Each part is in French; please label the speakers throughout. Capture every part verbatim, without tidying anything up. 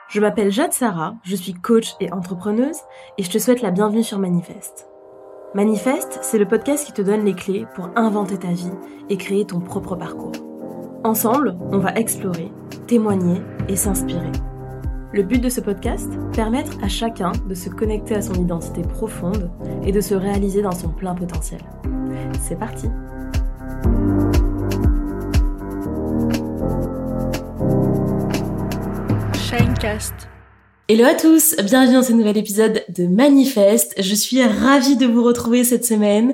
Speaker 1: Je m'appelle Jade Sarah, je suis coach et entrepreneuse et je te souhaite la bienvenue sur Manifeste. Manifeste, c'est le podcast qui te donne les clés pour inventer ta vie et créer ton propre parcours. Ensemble, on va explorer, témoigner et s'inspirer. Le but de ce podcast, permettre à chacun de se connecter à son identité profonde et de se réaliser dans son plein potentiel. C'est parti!
Speaker 2: Shinecast.
Speaker 1: Hello à tous, bienvenue dans ce nouvel épisode de Manifeste. Je suis ravie de vous retrouver cette semaine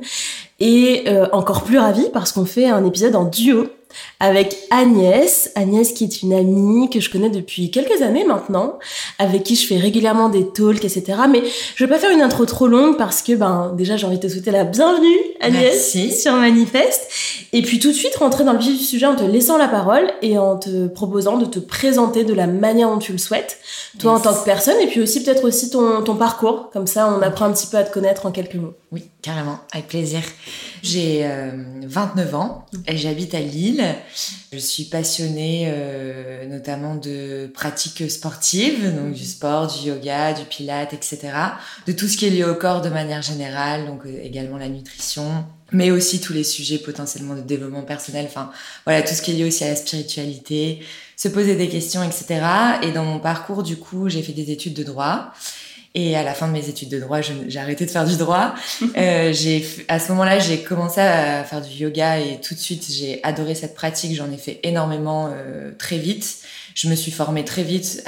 Speaker 1: et euh, encore plus ravie parce qu'on fait un épisode en duo avec Agnès. Agnès qui est une amie que je connais depuis quelques années maintenant, avec qui je fais régulièrement des talks, et cetera. Mais je vais pas faire une intro trop longue parce que ben déjà j'ai envie de te souhaiter la bienvenue Agnès.
Speaker 2: Merci.
Speaker 1: Sur Manifeste. Et puis tout de suite rentrer dans le vif du sujet en te laissant la parole et en te proposant de te présenter de la manière dont tu le souhaites, toi yes. en tant que personne, et puis aussi peut-être aussi ton, ton parcours. Comme ça on apprend un petit peu à te connaître en quelques mots.
Speaker 2: Oui, carrément, avec plaisir. J'ai euh, vingt-neuf ans et j'habite à Lille. Je suis passionnée euh, notamment de pratiques sportives, donc du sport, du yoga, du pilates, et cetera. De tout ce qui est lié au corps de manière générale, donc euh, également la nutrition, mais aussi tous les sujets potentiellement de développement personnel, enfin voilà, tout ce qui est lié aussi à la spiritualité, se poser des questions, et cetera. Et dans mon parcours, du coup, j'ai fait des études de droit. Et à la fin de mes études de droit, je, j'ai arrêté de faire du droit. Euh, j'ai, à ce moment-là, j'ai commencé à faire du yoga et tout de suite, j'ai adoré cette pratique. J'en ai fait énormément euh, très vite. Je me suis formée très vite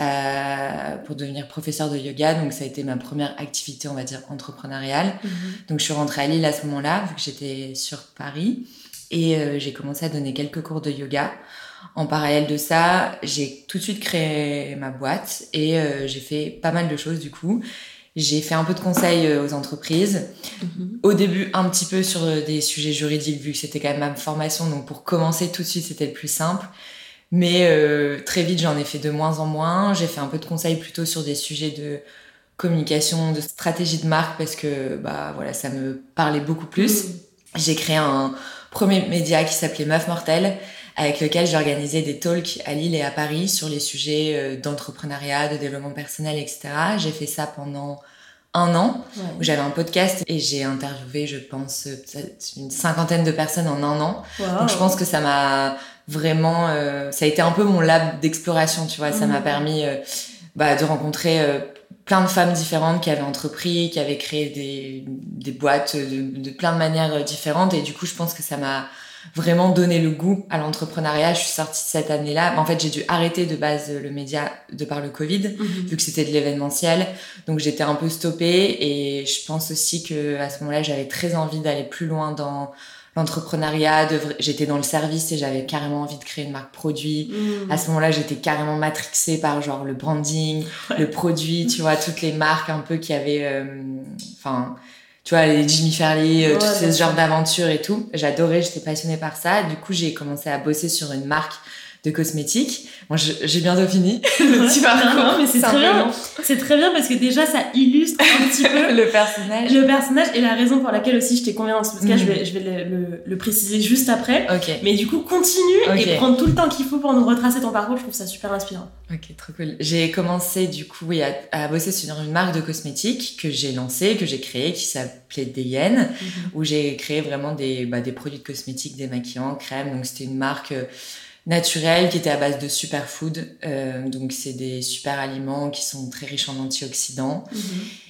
Speaker 2: à, pour devenir professeure de yoga. Donc, ça a été ma première activité, on va dire, entrepreneuriale. Mm-hmm. Donc, je suis rentrée à Lille à ce moment-là, vu que j'étais sur Paris. Et euh, j'ai commencé à donner quelques cours de yoga. En parallèle de ça, j'ai tout de suite créé ma boîte et euh, j'ai fait pas mal de choses du coup. J'ai fait un peu de conseils aux entreprises. Mm-hmm. Au début, un petit peu sur des sujets juridiques vu que c'était quand même ma formation. Donc pour commencer tout de suite, c'était le plus simple. Mais euh, très vite, j'en ai fait de moins en moins. J'ai fait un peu de conseils plutôt sur des sujets de communication, de stratégie de marque parce que bah voilà, ça me parlait beaucoup plus. Mm. J'ai créé un premier média qui s'appelait Meuf Mortelle, avec lequel j'organisais des talks à Lille et à Paris sur les sujets d'entrepreneuriat, de développement personnel, et cetera. J'ai fait ça pendant un an, ouais. où j'avais un podcast et j'ai interviewé, je pense, une cinquantaine de personnes en un an. Wow. Donc je pense que ça m'a vraiment... Euh, ça a été un peu mon lab d'exploration, tu vois. Mmh. Ça m'a permis euh, bah, de rencontrer... Euh, plein de femmes différentes qui avaient entrepris, qui avaient créé des, des boîtes de, de plein de manières différentes. Et du coup, je pense que ça m'a vraiment donné le goût à l'entrepreneuriat. Je suis sortie cette année-là. En fait, j'ai dû arrêter de base le média de par le Covid, mm-hmm. vu que c'était de l'événementiel. Donc, j'étais un peu stoppée. Et je pense aussi qu'à ce moment-là, j'avais très envie d'aller plus loin dans l'entrepreneuriat. De... J'étais dans le service et j'avais carrément envie de créer une marque produit. Mmh. À ce moment-là, j'étais carrément matrixée par genre le branding, ouais. le produit, tu vois, toutes les marques un peu qui avaient... Enfin... Euh, tu vois, les Jimmy Fairly, ouais, tout ce genre d'aventures et tout. J'adorais, j'étais passionnée par ça. Du coup, j'ai commencé à bosser sur une marque de cosmétiques. Moi, je, j'ai bientôt fini le petit parcours.
Speaker 1: Non, non, mais c'est très bien. C'est très bien parce que déjà, ça illustre un petit peu
Speaker 2: le personnage.
Speaker 1: Le personnage et la raison pour laquelle aussi je t'ai convié dans ce podcast. Mmh. Je vais, je vais le, le, le préciser juste après.
Speaker 2: Okay.
Speaker 1: Mais du coup, continue
Speaker 2: okay.
Speaker 1: et prendre tout le temps qu'il faut pour nous retracer ton parcours. Je trouve ça super inspirant.
Speaker 2: Ok, trop cool. J'ai commencé du coup oui, à, à bosser sur une marque de cosmétiques que j'ai lancée, que j'ai créée, qui s'appelait Déyenne, mmh. où j'ai créé vraiment des, bah, des produits de cosmétiques, démaquillants, crèmes. Donc c'était une marque naturelle qui était à base de superfood. Euh, donc c'est des super aliments qui sont très riches en antioxydants. Mmh.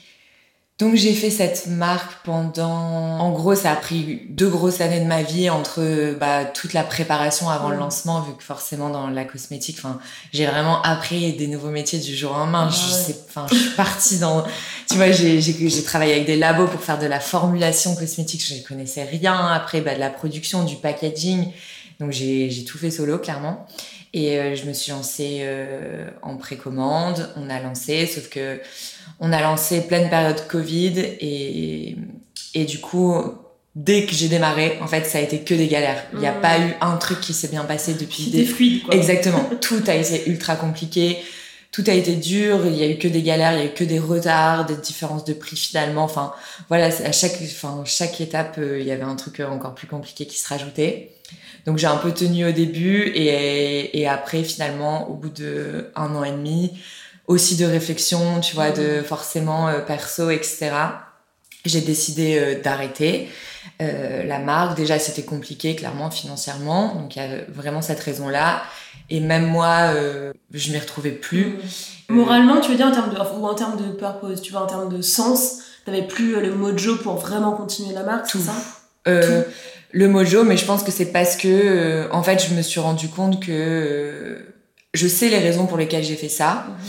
Speaker 2: Donc j'ai fait cette marque pendant... En gros, ça a pris deux grosses années de ma vie entre bah, toute la préparation avant mmh. le lancement, vu que forcément dans la cosmétique, enfin, j'ai vraiment appris des nouveaux métiers du jour au lendemain. Ah, je, ouais. sais, enfin, je suis partie dans... Tu vois, j'ai, j'ai, j'ai travaillé avec des labos pour faire de la formulation cosmétique, je ne connaissais rien. Après, bah, de la production, du packaging. Donc j'ai, j'ai tout fait solo, clairement. Et euh, je me suis lancée euh, en précommande. On a lancé, sauf que on a lancé pleine période Covid et, et du coup, dès que j'ai démarré, en fait, ça a été que des galères. Il n'y a mmh. pas eu un truc qui s'est bien passé depuis
Speaker 1: des... fluide, quoi.
Speaker 2: Exactement. Tout a été ultra compliqué. Tout a été dur. Il y a eu que des galères. Il y a eu que des retards, des différences de prix finalement. Enfin, voilà, à chaque, enfin, chaque étape, euh, il y avait un truc encore plus compliqué qui se rajoutait. Donc j'ai un peu tenu au début et, et après finalement au bout de un an et demi aussi de réflexion, tu vois, de forcément euh, perso, et cetera. J'ai décidé euh, d'arrêter euh, la marque. Déjà, c'était compliqué, clairement, financièrement. Donc, il y a vraiment cette raison-là. Et même moi, euh, je m'y retrouvais plus.
Speaker 1: Mmh. Moralement, tu veux dire, en termes de, ou en termes de purpose, tu vois, en termes de sens, t'avais plus le mojo pour vraiment continuer la marque,
Speaker 2: Tout.
Speaker 1: c'est ça
Speaker 2: euh,
Speaker 1: Tout.
Speaker 2: Le mojo, mais je pense que c'est parce que, euh, en fait, je me suis rendu compte que euh, je sais les raisons pour lesquelles j'ai fait ça. Mmh.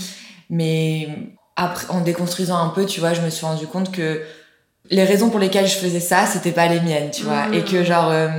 Speaker 2: Mais après, en déconstruisant un peu, tu vois, je me suis rendu compte que les raisons pour lesquelles je faisais ça, c'était pas les miennes, tu vois. Mmh. Et que, genre, euh,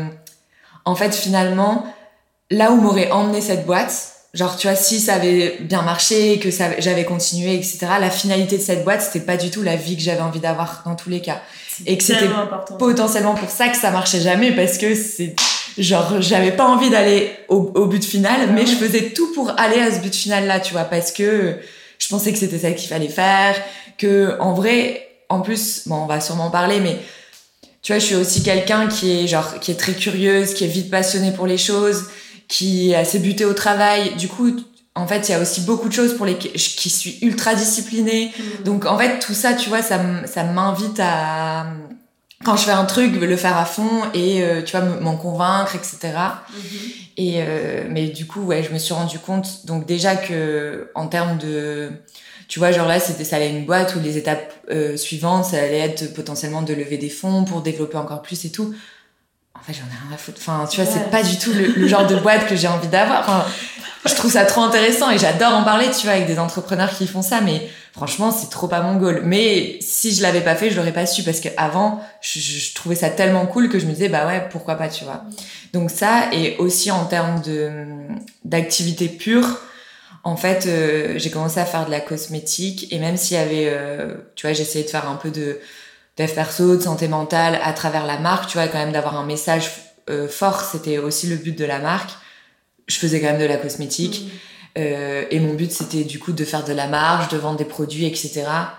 Speaker 2: en fait, finalement, là où m'aurait emmené cette boîte, genre, tu vois, si ça avait bien marché, que ça, j'avais continué, et cetera, la finalité de cette boîte, c'était pas du tout la vie que j'avais envie d'avoir dans tous les cas.
Speaker 1: C'est
Speaker 2: et que c'était
Speaker 1: important,
Speaker 2: potentiellement pour ça que ça marchait jamais, parce que c'est, genre, j'avais pas envie d'aller au, au but final, mais je faisais tout pour aller à ce but final-là, tu vois, parce que je pensais que c'était ça qu'il fallait faire, que, en vrai, en plus, bon, on va sûrement en parler, mais tu vois, je suis aussi quelqu'un qui est, genre, qui est très curieuse, qui est vite passionnée pour les choses, qui est assez butée au travail. Du coup, en fait, il y a aussi beaucoup de choses pour les qui suis ultra disciplinée. Mmh. Donc, en fait, tout ça, tu vois, ça, ça m'invite à, quand je fais un truc, le faire à fond et, euh, tu vois, m'en convaincre, et cetera. Mmh. Et, euh, mais du coup, ouais, je me suis rendu compte, donc déjà que, en termes de, tu vois, genre là, c'était, ça allait être une boîte où les étapes euh, suivantes, ça allait être potentiellement de lever des fonds pour développer encore plus et tout. En fait, j'en ai rien à foutre. Enfin, tu vois, ouais. C'est pas du tout le, le genre de boîte que j'ai envie d'avoir. Enfin, je trouve ça trop intéressant et j'adore en parler, tu vois, avec des entrepreneurs qui font ça. Mais franchement, c'est trop pas mon goal. Mais si je l'avais pas fait, je l'aurais pas su parce qu'avant, je, je trouvais ça tellement cool que je me disais, bah ouais, pourquoi pas, tu vois. Donc ça, et aussi en termes de, d'activité pure, en fait, euh, j'ai commencé à faire de la cosmétique et même s'il y avait, euh, tu vois, j'essayais de faire un peu de dev perso, de santé mentale à travers la marque, tu vois, quand même d'avoir un message euh, fort, c'était aussi le but de la marque. Je faisais quand même de la cosmétique. Mmh. Euh, et mon but, c'était du coup de faire de la marge, de vendre des produits, et cetera.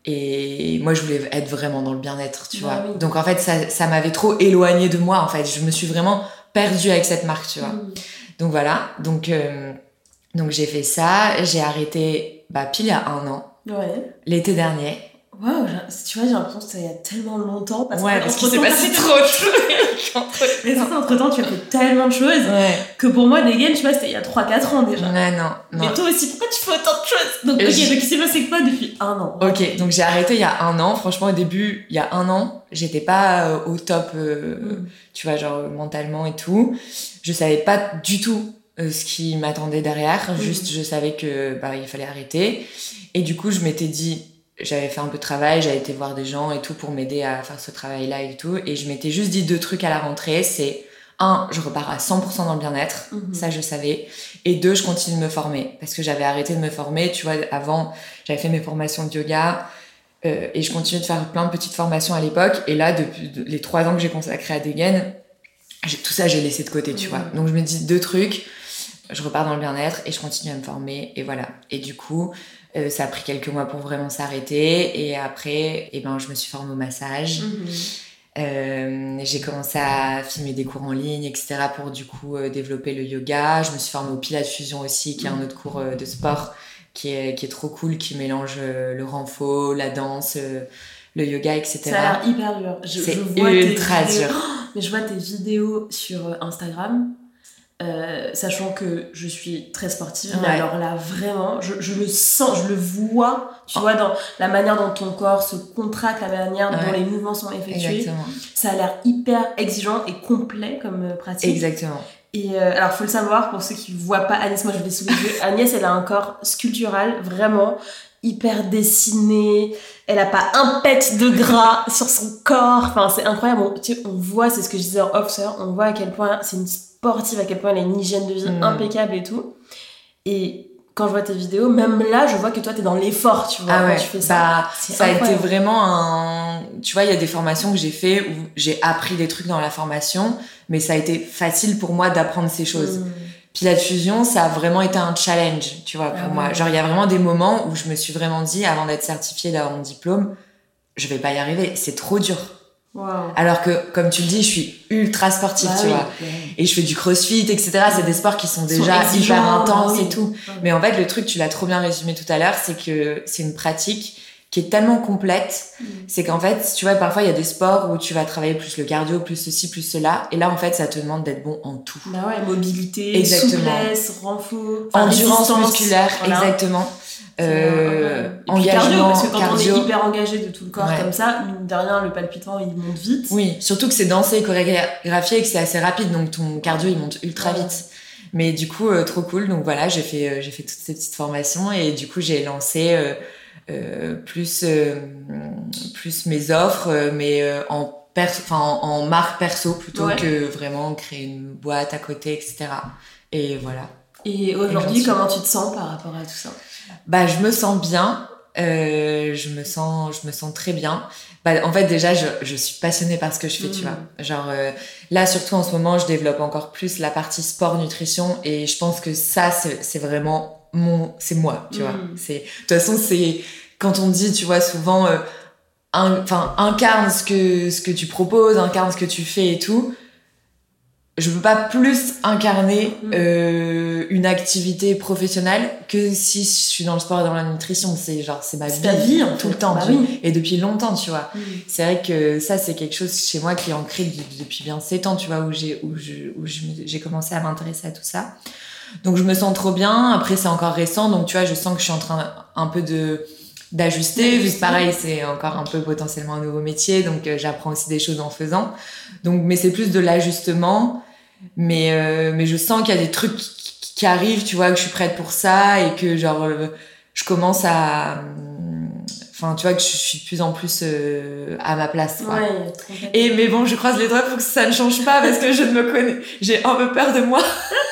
Speaker 2: Et moi, je voulais être vraiment dans le bien-être, tu bah vois. Oui. Donc, en fait, ça, ça m'avait trop éloignée de moi, en fait. Je me suis vraiment perdue avec cette marque, tu vois. Mmh. Donc, voilà. Donc, euh, donc, j'ai fait ça. J'ai arrêté bah, pile il y a un an.
Speaker 1: Ouais.
Speaker 2: L'été dernier.
Speaker 1: Waouh, tu vois, j'ai l'impression que c'était il y a tellement longtemps. Parce
Speaker 2: ouais, parce qu'il s'est passé trop de
Speaker 1: choses. Mais ça, entre-temps, tu as fait tellement de choses ouais. que pour moi, Dégaine, tu vois, c'était il y a trois quatre ans déjà.
Speaker 2: Ouais, non, non.
Speaker 1: Mais toi aussi, pourquoi tu fais autant de choses? Donc, ok, je... donc il s'est passé quoi depuis un an?
Speaker 2: Ok, donc j'ai arrêté il y a un an. Franchement, au début, il y a un an, j'étais pas euh, au top, euh, mm. tu vois, genre mentalement et tout. Je savais pas du tout euh, ce qui m'attendait derrière. Mm. Juste, je savais que bah, il fallait arrêter. Et du coup, je m'étais dit... J'avais fait un peu de travail, j'avais été voir des gens et tout pour m'aider à faire ce travail-là et tout. Et je m'étais juste dit deux trucs à la rentrée. C'est, un, je repars à cent pour cent dans le bien-être. Mm-hmm. Ça, je savais. Et deux, je continue de me former. Parce que j'avais arrêté de me former. Tu vois, avant, j'avais fait mes formations de yoga. Euh, et je continue de faire plein de petites formations à l'époque. Et là, depuis les trois ans que j'ai consacré à Dégaine, tout ça, j'ai laissé de côté, tu mm-hmm. vois. Donc, je me dis deux trucs. Je repars dans le bien-être et je continue à me former. Et voilà. Et du coup... Euh, ça a pris quelques mois pour vraiment s'arrêter et après eh ben, je me suis formée au massage. Mmh. Euh, j'ai commencé à filmer des cours en ligne, et cetera pour du coup euh, développer le yoga. Je me suis formée au Pilates Fusion aussi, qui est un autre cours euh, de sport qui est, qui est trop cool, qui mélange euh, le renfo, la danse, euh, le yoga, et cetera.
Speaker 1: Ça a l'air hyper dur. Je,
Speaker 2: C'est
Speaker 1: je vois
Speaker 2: ultra
Speaker 1: tes vidéos,
Speaker 2: dur.
Speaker 1: Oh, mais je vois tes vidéos sur Instagram. Euh, sachant que je suis très sportive, ouais. Mais alors là vraiment je, je le sens, je le vois, tu oh. vois, dans la manière dont ton corps se contracte, la manière ouais. dont les mouvements sont effectués. Exactement. Ça a l'air hyper exigeant et complet comme euh, pratique.
Speaker 2: Exactement.
Speaker 1: Et euh, alors faut le savoir pour ceux qui voient pas Agnès, moi je l'ai sous les yeux. Agnès, elle a un corps sculptural vraiment hyper dessiné, elle a pas un pet de gras sur son corps, enfin c'est incroyable. On, tu sais, on voit, c'est ce que je disais en off, on voit à quel point c'est une sportive, à quel point elle a une hygiène de vie mmh. impeccable et tout. Et quand je vois tes vidéos, même là, je vois que toi, t'es dans l'effort, tu vois,
Speaker 2: ah ouais,
Speaker 1: quand tu fais ça.
Speaker 2: Bah, ça incroyable. A été vraiment un... Tu vois, il y a des formations que j'ai fait où j'ai appris des trucs dans la formation, mais ça a été facile pour moi d'apprendre ces choses. Mmh. Pilates Fusion, ça a vraiment été un challenge, tu vois, pour ah moi. Ouais. Genre, il y a vraiment des moments où je me suis vraiment dit, avant d'être certifiée, d'avoir mon diplôme, je vais pas y arriver, c'est trop dur.
Speaker 1: Wow.
Speaker 2: Alors que, comme tu le dis, je suis ultra sportive, bah, tu oui, vois. Oui. Et je fais du crossfit, et cetera. C'est des sports qui sont déjà sont hyper intenses oui. et tout. Oui. Mais en fait, le truc, tu l'as trop bien résumé tout à l'heure, c'est que c'est une pratique qui est tellement complète. Mm. C'est qu'en fait, tu vois, parfois, il y a des sports où tu vas travailler plus le cardio, plus ceci, plus cela. Et là, en fait, ça te demande d'être bon en tout.
Speaker 1: Bah ouais, mobilité, exactement. Souplesse, renfort,
Speaker 2: endurance musculaire, voilà. Exactement. Euh,
Speaker 1: et puis cardio, parce que quand cardio, on est hyper engagé de tout le corps ouais. comme ça, mine de rien, le palpitant, il monte vite.
Speaker 2: Oui, surtout que c'est dansé, chorégraphié et que c'est assez rapide, donc ton cardio, il monte ultra ouais. vite. Mais du coup, euh, trop cool. Donc voilà, j'ai fait, euh, j'ai fait toutes ces petites formations et du coup, j'ai lancé euh, euh, plus, euh, plus mes offres, euh, mais euh, en, perso, en, en marque perso plutôt ouais. que vraiment créer une boîte à côté, et cetera. Et voilà.
Speaker 1: Et aujourd'hui, et comment tu te sens par rapport à tout ça ?
Speaker 2: Bah, je me sens bien. Euh, je me sens, je me sens très bien. Bah, en fait, déjà, je, je suis passionnée par ce que je fais, mmh. tu vois. Genre, euh, là, surtout en ce moment, je développe encore plus la partie sport-nutrition et je pense que ça, c'est, c'est vraiment mon, c'est moi, tu mmh. vois. C'est, de toute façon, c'est, quand on dit, tu vois, souvent, euh, enfin, incarne ce que, ce que tu proposes, incarne ce que tu fais et tout. Je peux pas plus incarner euh, une activité professionnelle que si je suis dans le sport et dans la nutrition. C'est genre, c'est ma
Speaker 1: c'est
Speaker 2: vie,
Speaker 1: ta vie en
Speaker 2: tout
Speaker 1: fait.
Speaker 2: le temps.
Speaker 1: Bah
Speaker 2: tu
Speaker 1: oui.
Speaker 2: vois. Et depuis longtemps, tu vois.
Speaker 1: Mm.
Speaker 2: C'est vrai que ça, c'est quelque chose chez moi qui est ancré depuis bien sept ans, tu vois, où j'ai, où je, où je, j'ai commencé à m'intéresser à tout ça. Donc, je me sens trop bien. Après, c'est encore récent. Donc, tu vois, je sens que je suis en train un peu de, d'ajuster. Vu que pareil, c'est encore un peu potentiellement un nouveau métier. Donc, euh, j'apprends aussi des choses en faisant. Donc, mais c'est plus de l'ajustement. Mais, euh, mais je sens qu'il y a des trucs qui, qui arrivent, tu vois, que je suis prête pour ça et que, genre, euh, je commence à... Enfin, tu vois, que je suis de plus en plus euh, à ma place, quoi.
Speaker 1: Ouais,
Speaker 2: et, mais bon, je croise les doigts pour que ça ne change pas parce que je ne me connais... J'ai un peu peur de moi.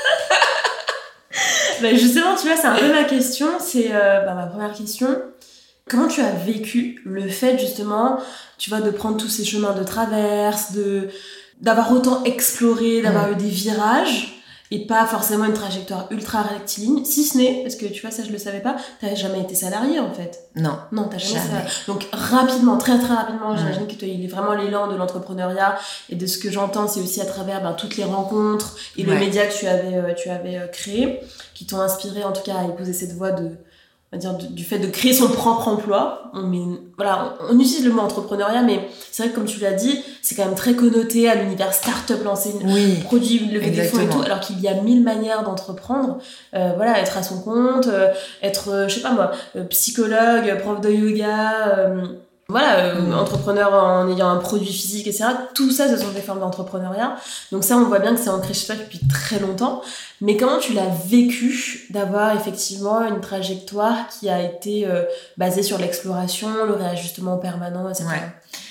Speaker 1: Bah justement, tu vois, c'est un peu ma question. C'est euh, bah, ma première question. Comment tu as vécu le fait, justement, tu vois, de prendre tous ces chemins de traverse, de... d'avoir autant exploré, d'avoir mmh. eu des virages et pas forcément une trajectoire ultra rectiligne, si ce n'est, parce que tu vois, ça je le savais pas, t'as jamais été salarié en fait.
Speaker 2: Non.
Speaker 1: Non, t'as jamais,
Speaker 2: jamais.
Speaker 1: salarié. Donc rapidement, très très rapidement, mmh. j'imagine que tu as eu vraiment l'élan de l'entrepreneuriat et de ce que j'entends, c'est aussi à travers ben, toutes les rencontres et ouais. le média que tu avais, euh, tu avais euh, créé, qui t'ont inspiré en tout cas à épouser cette voie de... on va dire du, du fait de créer son propre emploi. On, met, voilà, on, on utilise le mot entrepreneuriat, mais c'est vrai que comme tu l'as dit, c'est quand même très connoté à l'univers start-up, lancer un
Speaker 2: oui,
Speaker 1: produit, lever des fonds et tout, alors qu'il y a mille manières d'entreprendre. Euh, voilà, être à son compte, euh, être, euh, je sais pas moi, euh, psychologue, prof de yoga... Euh, Voilà, euh, mmh. entrepreneur en ayant un produit physique, et cetera. Tout ça, ce sont des formes d'entrepreneuriat. Donc ça, on voit bien que c'est ancré chez toi depuis très longtemps. Mais comment tu l'as vécu d'avoir effectivement une trajectoire qui a été euh, basée sur l'exploration, le réajustement permanent, et cetera.
Speaker 2: Ouais.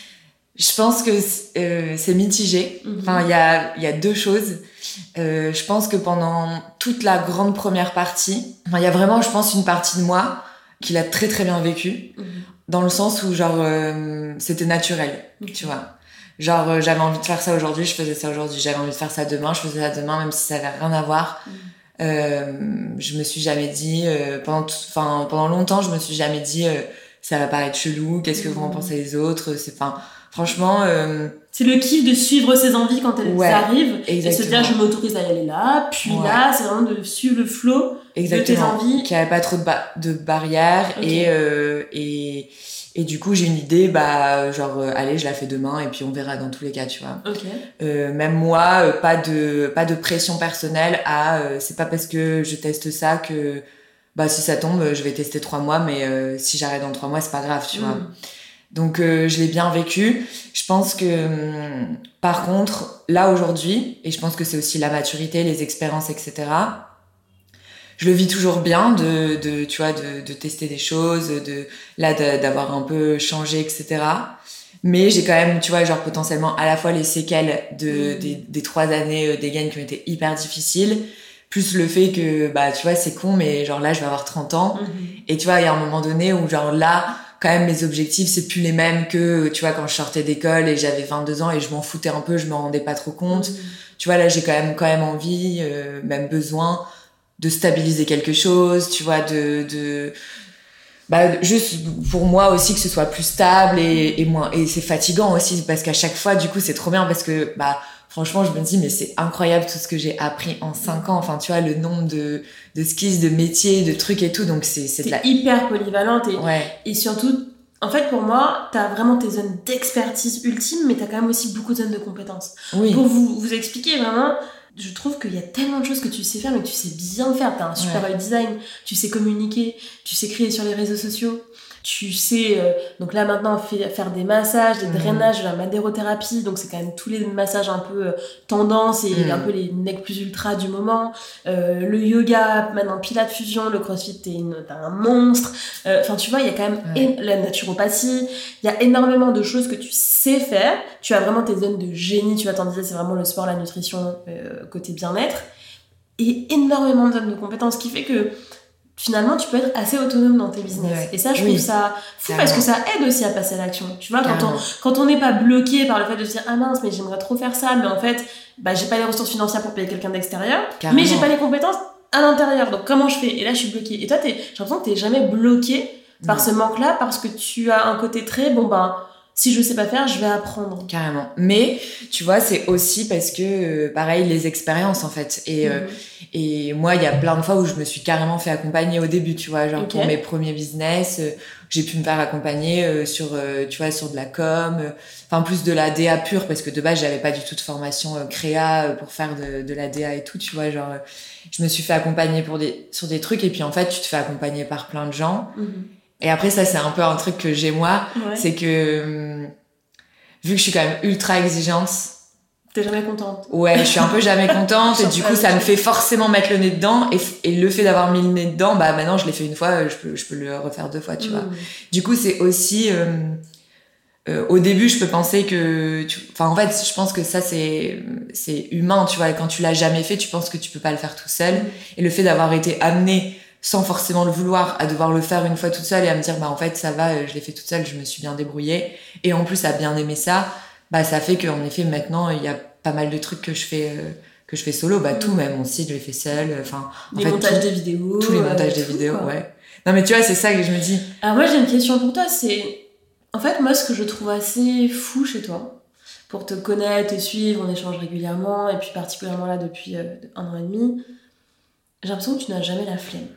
Speaker 2: Je pense que c'est, euh, c'est mitigé. Mmh. Enfin, il y a, y a deux choses. Euh, je pense que pendant toute la grande première partie, enfin, il y a vraiment, je pense, une partie de moi qui l'a très très bien vécu. Mmh. Dans le sens où, genre, euh, c'était naturel, okay. tu vois. Genre, euh, j'avais envie de faire ça aujourd'hui, je faisais ça aujourd'hui. J'avais envie de faire ça demain, je faisais ça demain, même si ça avait rien à voir. Mm. Euh, je me suis jamais dit, euh, pendant, enfin, pendant longtemps, je me suis jamais dit, euh, ça va paraître chelou, qu'est-ce que mm. vont en penser les autres. C'est, enfin, franchement... Euh,
Speaker 1: c'est le kiff de suivre ses envies quand elles ouais, arrivent.
Speaker 2: Exactement.
Speaker 1: Et se dire, je m'autorise à y aller là, puis ouais. là, c'est vraiment de suivre le flow
Speaker 2: exactement.
Speaker 1: de tes envies.
Speaker 2: Qu'il n'y avait pas trop de, ba- de barrières. Okay. Et, euh, et, et du coup, j'ai une idée, bah, genre, euh, allez, je la fais demain et puis on verra dans tous les cas, tu vois.
Speaker 1: Okay.
Speaker 2: Euh, même moi, euh, pas de, pas de pression personnelle à, euh, c'est pas parce que je teste ça que, bah, si ça tombe, je vais tester trois mois, mais euh, si j'arrête dans trois mois, c'est pas grave, tu mm. vois. Donc, euh, je l'ai bien vécu. Je pense que, hum, par contre, là, aujourd'hui, et je pense que c'est aussi la maturité, les expériences, et cetera, je le vis toujours bien de, de, tu vois, de, de tester des choses, de, là, de, d'avoir un peu changé, et cetera. Mais j'ai quand même, tu vois, genre, potentiellement, à la fois les séquelles de, mmh. des, des trois années euh, des gains qui ont été hyper difficiles, plus le fait que, bah, tu vois, c'est con, mais genre là, je vais avoir trente ans. Mmh. Et tu vois, il y a un moment donné où, genre, là, quand même, mes objectifs, c'est plus les mêmes que, tu vois, quand je sortais d'école et j'avais vingt-deux ans et je m'en foutais un peu, je me rendais pas trop compte. Mmh. Tu vois, là, j'ai quand même, quand même envie, euh, même besoin de stabiliser quelque chose, tu vois, de, de, bah juste pour moi aussi que ce soit plus stable et, et moins et c'est fatigant aussi parce qu'à chaque fois du coup c'est trop bien parce que bah franchement je me dis mais c'est incroyable tout ce que j'ai appris en cinq ans, enfin tu vois le nombre de de skills, de métiers, de trucs et tout, donc c'est c'est
Speaker 1: T'es
Speaker 2: de la...
Speaker 1: hyper polyvalente et,
Speaker 2: ouais.
Speaker 1: et surtout en fait pour moi t'as vraiment tes zones d'expertise ultimes mais t'as quand même aussi beaucoup de zones de compétences.
Speaker 2: Oui.
Speaker 1: Pour vous, vous expliquer vraiment, je trouve qu'il y a tellement de choses que tu sais faire mais que tu sais bien faire. T'as un super
Speaker 2: Ouais.
Speaker 1: œil design, tu sais communiquer, tu sais créer sur les réseaux sociaux, tu sais euh, donc là maintenant fait, faire des massages, des
Speaker 2: Mmh.
Speaker 1: drainages, de la madérothérapie, donc c'est quand même tous les massages un peu euh, tendance et
Speaker 2: Mmh.
Speaker 1: un peu les necks plus ultra du moment, euh, le yoga, maintenant Pilates Fusion, le CrossFit t'es, une, t'es un monstre, enfin euh, tu vois il y a quand même
Speaker 2: ouais.
Speaker 1: é- la naturopathie, il y a énormément de choses que tu sais faire, tu as vraiment tes zones de génie, tu vois, t'en disais c'est vraiment le sport, la nutrition, euh, côté bien-être, et énormément de zones de compétences, qui fait que finalement tu peux être assez autonome dans tes business.
Speaker 2: Ouais.
Speaker 1: Et ça je
Speaker 2: Oui.
Speaker 1: trouve ça fou
Speaker 2: Carrément.
Speaker 1: parce que ça aide aussi à passer à l'action. Tu vois, quand on,
Speaker 2: Carrément.
Speaker 1: quand on n'est pas bloqué par le fait de se dire ah mince mais j'aimerais trop faire ça mais en fait bah, j'ai pas les ressources financières pour payer quelqu'un d'extérieur,
Speaker 2: Carrément.
Speaker 1: mais j'ai pas les compétences à l'intérieur, donc comment je fais? Et là je suis bloquée. Et toi t'es, j'ai l'impression que t'es jamais bloqué par
Speaker 2: Non.
Speaker 1: ce manque là parce que tu as un côté très bon ben si je sais pas faire je vais apprendre.
Speaker 2: Carrément. Mais tu vois c'est aussi parce que euh, pareil les expériences en fait et, euh,
Speaker 1: Mm-hmm.
Speaker 2: et moi il y a plein de fois où je me suis carrément fait accompagner au début, tu vois, genre
Speaker 1: Ok.
Speaker 2: pour mes premiers business euh, j'ai pu me faire accompagner euh, sur euh, tu vois sur de la com, enfin euh, plus de la D A pure parce que de base j'avais pas du tout de formation euh, créa euh, pour faire de, de la D A et tout, tu vois, genre euh, je me suis fait accompagner pour des sur des trucs et puis en fait tu te fais accompagner par plein de gens.
Speaker 1: Mm-hmm.
Speaker 2: Et après ça c'est un peu un truc que j'ai moi,
Speaker 1: Ouais.
Speaker 2: c'est que hum, vu que je suis quand même ultra exigeante,
Speaker 1: T'es jamais contente.
Speaker 2: ouais, je suis un peu jamais contente et du coup ça me fait forcément mettre le nez dedans et, et le fait d'avoir mis le nez dedans, bah maintenant je l'ai fait une fois, je peux, je peux le refaire deux fois, tu
Speaker 1: Mmh.
Speaker 2: vois. Du coup c'est aussi euh, euh, au début je peux penser que tu... enfin en fait je pense que ça c'est c'est humain, tu vois, quand tu l'as jamais fait tu penses que tu peux pas le faire tout seul. Mmh. Et le fait d'avoir été amenée sans forcément le vouloir à devoir le faire une fois toute seule et à me dire bah en fait ça va, je l'ai fait toute seule, je me suis bien débrouillée et en plus à bien aimer ça, bah ça fait qu'en effet maintenant il y a pas mal de trucs que je fais euh, que je fais solo, bah mmh. tout, même mon site je l'ai fait seule, enfin
Speaker 1: les fait, montages
Speaker 2: tout,
Speaker 1: des vidéos,
Speaker 2: tous les montages
Speaker 1: euh,
Speaker 2: des
Speaker 1: tout,
Speaker 2: vidéos,
Speaker 1: quoi.
Speaker 2: ouais. Non mais tu vois c'est ça que je me dis.
Speaker 1: Alors moi j'ai une question pour toi, c'est en fait moi ce que je trouve assez fou chez toi, pour te connaître, te suivre, on échange régulièrement et puis particulièrement là depuis euh, un an et demi, j'ai l'impression que tu n'as jamais la flemme.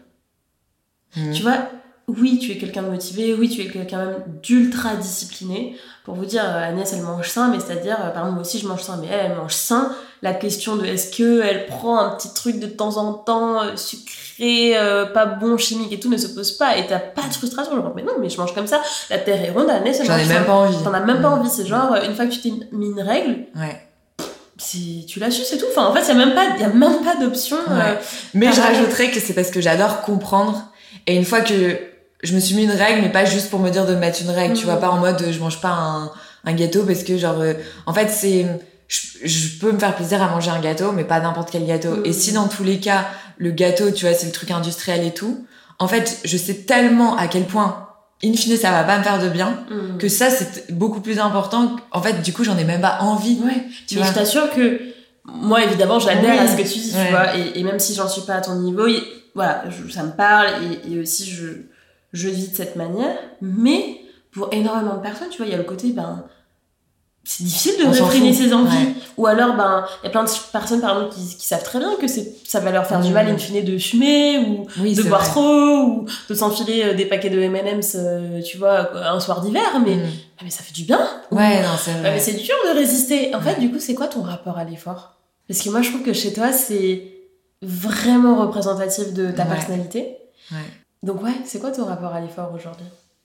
Speaker 1: Mmh. Tu vois, oui, tu es quelqu'un de motivé, oui, tu es quelqu'un même d'ultra discipliné. Pour vous dire, Agnès, elle mange sain, mais c'est-à-dire, par exemple, moi aussi, je mange sain, mais elle, elle mange sain. La question de est-ce qu'elle prend un petit truc de temps en temps, euh, sucré, euh, pas bon, chimique et tout, ne se pose pas. Et t'as pas de frustration. Genre, mais non, mais je mange comme ça. La terre est ronde, Agnès, elle
Speaker 2: J'en
Speaker 1: mange
Speaker 2: ai
Speaker 1: sain.
Speaker 2: même pas envie.
Speaker 1: T'en as même
Speaker 2: mmh.
Speaker 1: pas envie. C'est genre, une fois que tu t'es mis une règle,
Speaker 2: ouais.
Speaker 1: c'est, tu l'as su, c'est tout. Enfin, en fait, il n'y a même pas, y a même pas d'option.
Speaker 2: Ouais. Euh, mais je rajouterais que c'est parce que j'adore comprendre. Et une fois que je me suis mis une règle, mais pas juste pour me dire de mettre une règle, mmh. tu vois, pas en mode je mange pas un, un gâteau parce que genre, euh, en fait, c'est, je, je peux me faire plaisir à manger un gâteau, mais pas n'importe quel gâteau. Mmh. Et si dans tous les cas, le gâteau, tu vois, c'est le truc industriel et tout, en fait, je sais tellement à quel point, in fine, ça va pas me faire de bien, mmh. que ça, c'est beaucoup plus important. En fait, du coup, j'en ai même pas envie.
Speaker 1: Ouais.
Speaker 2: Tu
Speaker 1: mais
Speaker 2: vois.
Speaker 1: je t'assure que, moi, évidemment, j'adhère oui. à ce que tu dis,
Speaker 2: ouais.
Speaker 1: tu vois, et, et même si j'en suis pas à ton niveau, y, voilà, je, ça me parle, et, et aussi, je, je vis de cette manière, mais pour énormément de personnes, tu vois, il y a le côté, ben, c'est difficile de réfréner ses envies, ouais. ou alors, ben, il y a plein de personnes, par exemple, qui, qui savent très bien que c'est, ça va leur faire mmh. du mal, in fine, de fumer, ou
Speaker 2: oui,
Speaker 1: de boire
Speaker 2: vrai.
Speaker 1: trop, ou de s'enfiler des paquets de M and M's, euh, tu vois, un soir d'hiver, mais, mmh. mais ça fait du bien.
Speaker 2: Ouais, ou, non, c'est vrai.
Speaker 1: Ouais, mais c'est dur de résister. En ouais. fait, du coup, c'est quoi ton rapport à l'effort? Parce que moi, je trouve que chez toi, c'est vraiment représentatif de ta ouais. personnalité.
Speaker 2: Ouais.
Speaker 1: Donc ouais, c'est quoi ton rapport à l'effort aujourd'hui?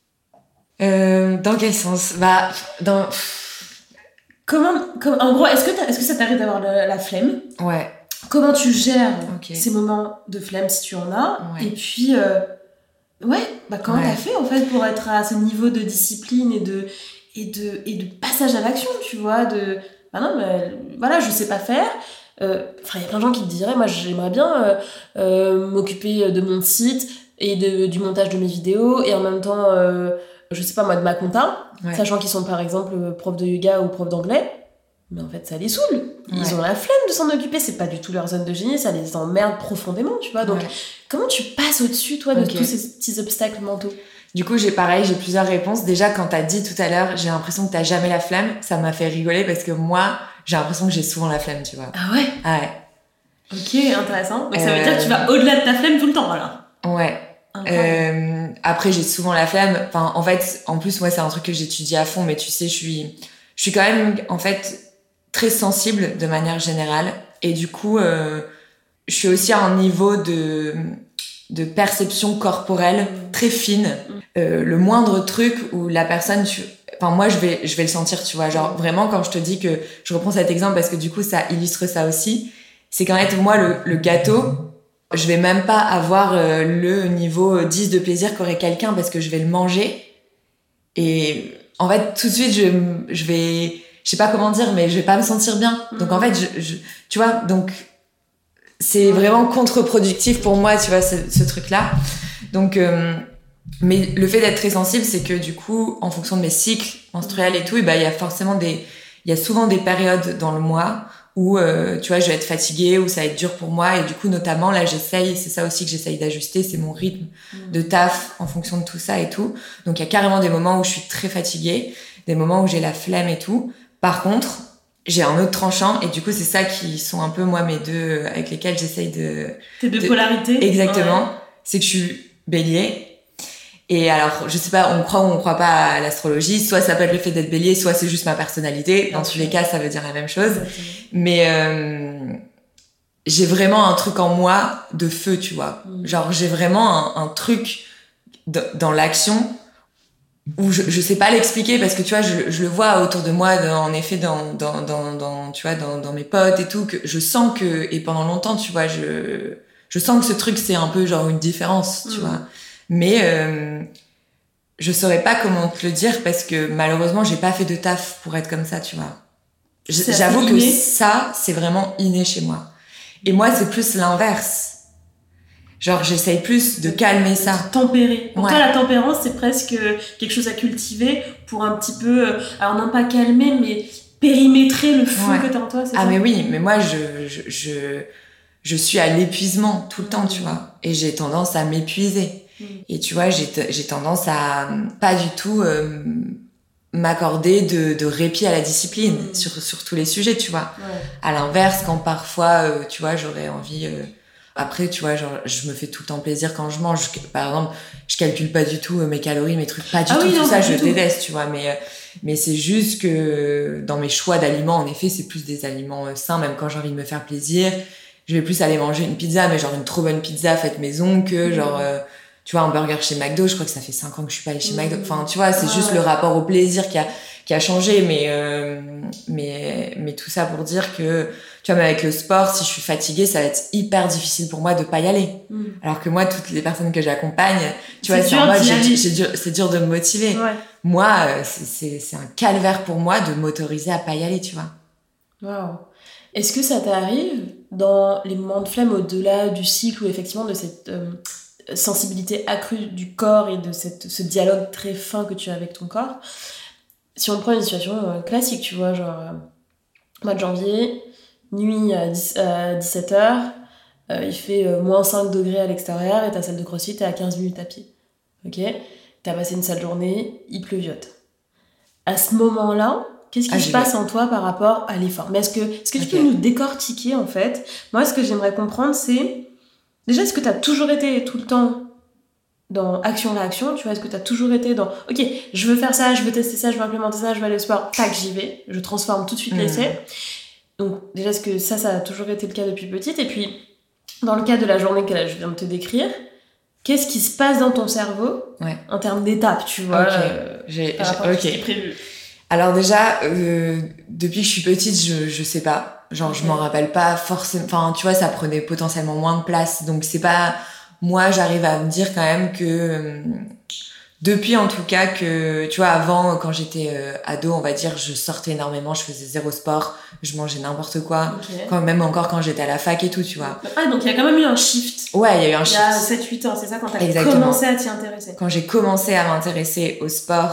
Speaker 2: euh, Dans quel sens? Bah, dans...
Speaker 1: Comment, comme, en gros, est-ce que, est-ce que ça t'arrive d'avoir le, la flemme?
Speaker 2: Ouais.
Speaker 1: Comment tu gères
Speaker 2: okay.
Speaker 1: ces moments de flemme si tu en as?
Speaker 2: Ouais.
Speaker 1: Et puis, euh, ouais, bah comment ouais. t'as fait en fait pour être à ce niveau de discipline et de, et de, et de passage à l'action, tu vois, de, bah non, mais voilà, je sais pas faire. Euh, enfin, il y a plein de gens qui te diraient, moi j'aimerais bien euh, euh, m'occuper de mon site et de, du montage de mes vidéos et en même temps, euh, je sais pas moi, de ma compta, ouais. sachant qu'ils sont par exemple profs de yoga ou profs d'anglais. mais en fait ça les saoule. Ils
Speaker 2: Ouais.
Speaker 1: ont la flemme de s'en occuper, c'est pas du tout leur zone de génie, ça les emmerde profondément, tu vois. Donc
Speaker 2: Ouais.
Speaker 1: comment tu passes au-dessus, toi, de
Speaker 2: Ok.
Speaker 1: tous ces petits obstacles mentaux?
Speaker 2: Du coup, j'ai pareil, j'ai plusieurs réponses. Déjà, quand t'as dit tout à l'heure, j'ai l'impression que t'as jamais la flemme, ça m'a fait rigoler parce que moi, j'ai l'impression que j'ai souvent la flemme, tu vois.
Speaker 1: Ah ouais.
Speaker 2: Ah ouais.
Speaker 1: Ok, intéressant. Donc ça veut
Speaker 2: Euh,
Speaker 1: dire que tu vas au-delà de ta flemme tout le temps, alors.
Speaker 2: Ouais. Euh, après, j'ai souvent la flemme. Enfin, en fait, en plus, moi, c'est un truc que j'étudie à fond, mais tu sais, je suis, je suis quand même, en fait, très sensible de manière générale. Et du coup, euh, je suis aussi à un niveau de, de perception corporelle très fine. Euh, le moindre truc où la personne, tu, enfin, moi, je vais, je vais le sentir, tu vois. Genre, vraiment, quand je te dis que, je reprends cet exemple parce que du coup, ça illustre ça aussi. C'est qu'en fait, moi, le, le gâteau, je vais même pas avoir euh, le niveau dix de plaisir qu'aurait quelqu'un parce que je vais le manger. Et en fait, tout de suite, je, je vais, je sais pas comment dire, mais je vais pas me sentir bien. Donc en fait, je, je, tu vois, donc c'est vraiment contre-productif pour moi, tu vois, ce, ce truc-là. Donc, euh, mais le fait d'être très sensible, c'est que du coup, en fonction de mes cycles menstruels et tout, et ben, il y a forcément des, il y a souvent des périodes dans le mois où, euh, tu vois, je vais être fatiguée, où ça va être dur pour moi. Et du coup, notamment, là, j'essaye, c'est ça aussi que j'essaye d'ajuster, c'est mon rythme de taf en fonction de tout ça et tout. Donc, il y a carrément des moments où je suis très fatiguée, des moments où j'ai la flemme et tout. Par contre, j'ai un autre tranchant et du coup, c'est ça qui sont un peu, moi, mes deux, avec lesquels j'essaye de...
Speaker 1: Tes deux
Speaker 2: de...
Speaker 1: polarités.
Speaker 2: Exactement.
Speaker 1: Ouais.
Speaker 2: C'est que je suis bélier. Et alors, je sais pas, on croit ou on croit pas à l'astrologie. Soit ça peut être le fait d'être bélier, soit c'est juste ma personnalité. Dans tous les cas, ça veut dire la même chose.
Speaker 1: Exactement.
Speaker 2: Mais euh, j'ai vraiment un truc en moi de feu, tu vois.
Speaker 1: Mm.
Speaker 2: Genre, j'ai vraiment un, un truc de, dans l'action où je, je sais pas l'expliquer parce que tu vois, je, je le vois autour de moi, dans, en effet, dans, dans, dans, dans, tu vois, dans, dans mes potes et tout, que je sens que, et pendant longtemps, tu vois, je, je sens que ce truc, c'est un peu genre une différence, tu
Speaker 1: Mm.
Speaker 2: vois. Mais euh, je saurais pas comment te le dire parce que malheureusement, j'ai pas fait de taf pour être comme ça, tu vois.
Speaker 1: C'est
Speaker 2: J'avoue
Speaker 1: assez
Speaker 2: que
Speaker 1: inné.
Speaker 2: ça, c'est vraiment inné chez moi. Et moi, c'est plus l'inverse. Genre, j'essaye plus de calmer ça.
Speaker 1: De tempérer. Pour
Speaker 2: Ouais.
Speaker 1: toi, la tempérance, c'est presque quelque chose à cultiver pour un petit peu, euh, alors non pas calmer, mais périmétrer le feu
Speaker 2: Ouais.
Speaker 1: que t'as en toi, c'est
Speaker 2: Ah
Speaker 1: ça?
Speaker 2: mais oui, mais moi, je, je, je, je suis à l'épuisement tout le temps, tu vois. Et j'ai tendance à m'épuiser.
Speaker 1: Mm.
Speaker 2: Et tu vois, j'ai, t- j'ai tendance à pas du tout euh, m'accorder de, de répit à la discipline
Speaker 1: Mm.
Speaker 2: sur, sur tous les sujets, tu vois.
Speaker 1: Ouais.
Speaker 2: À l'inverse, quand parfois, euh, tu vois, j'aurais envie... Euh, après, tu vois, genre, je me fais tout le temps plaisir quand je mange. Je- par exemple, je calcule pas du tout euh, mes calories, mes trucs, pas du
Speaker 1: Ah
Speaker 2: tout,
Speaker 1: oui,
Speaker 2: tout
Speaker 1: non,
Speaker 2: ça,
Speaker 1: pas
Speaker 2: je
Speaker 1: du tout.
Speaker 2: déteste, tu vois. Mais, euh, mais c'est juste que dans mes choix d'aliments, en effet, c'est plus des aliments euh, sains, même quand j'ai envie de me faire plaisir. Je vais plus aller manger une pizza, mais genre une trop bonne pizza faite maison que
Speaker 1: Mmh.
Speaker 2: genre, euh, tu vois, un burger chez McDo. Je crois que ça fait cinq ans que je suis pas allée chez
Speaker 1: Mmh.
Speaker 2: McDo. Enfin, tu vois, c'est
Speaker 1: Ouais.
Speaker 2: juste le rapport au plaisir qui a, qui a changé. Mais, euh, mais, mais tout ça pour dire que, tu vois, mais avec le sport, si je suis fatiguée, ça va être hyper difficile pour moi de pas y aller.
Speaker 1: Mm.
Speaker 2: Alors que moi, toutes les personnes que j'accompagne, tu
Speaker 1: C'est
Speaker 2: vois, c'est
Speaker 1: dur
Speaker 2: en mode,
Speaker 1: d'y
Speaker 2: j'ai-
Speaker 1: aller.
Speaker 2: j'ai dur- c'est dur de me motiver.
Speaker 1: Ouais.
Speaker 2: Moi, euh, c'est- c'est c'est un calvaire pour moi de m'autoriser à pas y aller, tu vois.
Speaker 1: Waouh. Est-ce que ça t'arrive dans les moments de flemme au-delà du cycle ou effectivement de cette euh, sensibilité accrue du corps et de cette, ce dialogue très fin que tu as avec ton corps? Si on prend une situation euh, classique, tu vois, genre euh, mois de janvier, nuit à, dix, à dix-sept heures, euh, il fait euh, moins cinq degrés à l'extérieur et ta salle de crossfit est à quinze minutes à pied. Ok? T'as passé une sale journée, il pleuviote. À ce moment-là, qu'est-ce qui
Speaker 2: Ah,
Speaker 1: se
Speaker 2: j'y
Speaker 1: passe
Speaker 2: vais.
Speaker 1: en toi par rapport à l'effort? Mais est-ce que, est-ce que tu
Speaker 2: Ok.
Speaker 1: peux nous décortiquer en fait? Moi, ce que j'aimerais comprendre, c'est déjà, est-ce que tu as toujours été tout le temps dans action-réaction? Tu vois, est-ce que tu as toujours été dans ok, je veux faire ça, je veux tester ça, je veux implémenter ça, je veux aller au sport, tac, j'y vais, je transforme tout de suite
Speaker 2: Mm.
Speaker 1: l'essai. Donc, déjà, est-ce que ça, ça a toujours été le cas depuis petite? Et puis, dans le cas de la journée que là, je viens de te décrire, qu'est-ce qui se passe dans ton cerveau
Speaker 2: Ouais.
Speaker 1: en termes d'étapes, tu vois,
Speaker 2: Ok.
Speaker 1: euh,
Speaker 2: J'ai,
Speaker 1: par
Speaker 2: j'ai-
Speaker 1: rapport à ce
Speaker 2: ok.
Speaker 1: qui est prévu?
Speaker 2: Alors déjà, euh, depuis que je suis petite, je, je sais pas. Genre,
Speaker 1: Ok.
Speaker 2: je m'en rappelle pas forcément. Enfin, tu vois, ça prenait potentiellement moins de place. Donc, c'est pas... Moi, j'arrive à me dire quand même que... euh, depuis, en tout cas, que... Tu vois, avant, quand j'étais euh, ado, on va dire, je sortais énormément, je faisais zéro sport, je mangeais n'importe quoi.
Speaker 1: Ok.
Speaker 2: Quand même encore quand j'étais à la fac et tout, tu vois.
Speaker 1: Ah, donc il y a quand même eu un shift.
Speaker 2: Ouais, il y a eu un
Speaker 1: Il y a
Speaker 2: shift.
Speaker 1: sept huit ans, c'est ça, quand t'as
Speaker 2: Exactement.
Speaker 1: commencé à t'y intéresser.
Speaker 2: Quand j'ai commencé à m'intéresser au sport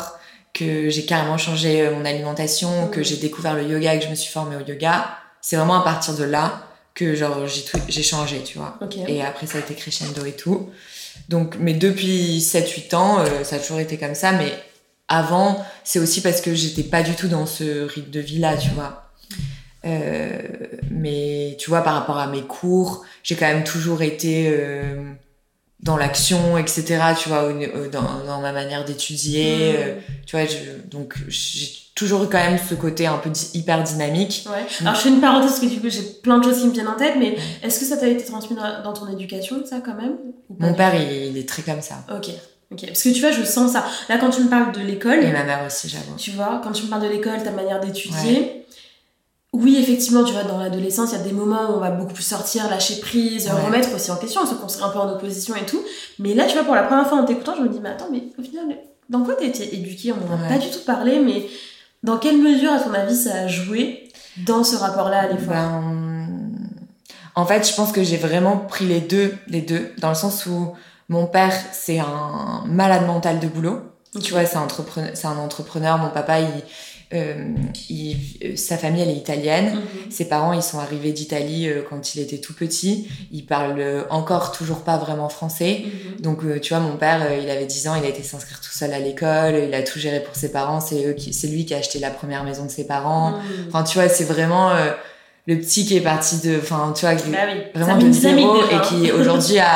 Speaker 2: que j'ai carrément changé mon alimentation, mmh. que j'ai découvert le yoga et que je me suis formée au yoga, c'est vraiment à partir de là que genre j'ai, tout, j'ai changé, tu vois.
Speaker 1: Okay.
Speaker 2: Et après, ça a été crescendo et tout. Donc, mais depuis sept huit ans, euh, ça a toujours été comme ça. Mais avant, c'est aussi parce que j'étais pas du tout dans ce rythme de vie-là, tu vois. Euh, mais tu vois, par rapport à mes cours, j'ai quand même toujours été euh, dans l'action, et cetera. Tu vois, dans, dans ma manière d'étudier. Mmh. Euh, tu vois, je, donc j'ai toujours eu quand même ce côté un peu di- hyper dynamique.
Speaker 1: Ouais. Alors je fais une parenthèse parce que du coup j'ai plein de choses qui me viennent en tête, mais est-ce que ça t'a été transmis dans, dans ton éducation, ça quand même?
Speaker 2: Mon père, il, il est très comme ça.
Speaker 1: Ok. Ok, parce que tu vois, je sens ça. Là, quand tu me parles de l'école...
Speaker 2: Et ma mère aussi, j'avoue.
Speaker 1: Tu vois, quand tu me parles de l'école, ta manière d'étudier... Ouais. Oui, effectivement, tu vois, dans l'adolescence, il y a des moments où on va beaucoup plus sortir, lâcher prise, ouais. remettre aussi en question, se construire un peu en opposition et tout. Mais là, tu vois, pour la première fois en t'écoutant, je me dis, mais attends, mais au final, dans quoi t'as été éduquée? On n'en a ouais. pas du tout parlé, mais dans quelle mesure, à ton avis, ça a joué dans ce rapport-là à l'effort?
Speaker 2: Ben... En fait, je pense que j'ai vraiment pris les deux, les deux, dans le sens où mon père, c'est un malade mental de boulot. Okay. Tu vois, c'est un entrepreneur, c'est un entrepreneur. Mon papa, il... Euh, il, sa famille elle est italienne, mm-hmm. ses parents ils sont arrivés d'Italie euh, quand il était tout petit, il parle euh, encore toujours pas vraiment français, mm-hmm. donc euh, tu vois mon père euh, il avait dix ans, il a été s'inscrire tout seul à l'école, il a tout géré pour ses parents, c'est, eux qui, c'est lui qui a acheté la première maison de ses parents, mm-hmm. enfin tu vois c'est vraiment euh, le petit qui est parti de, enfin tu vois
Speaker 1: bah oui.
Speaker 2: vraiment de zéro et qui aujourd'hui a,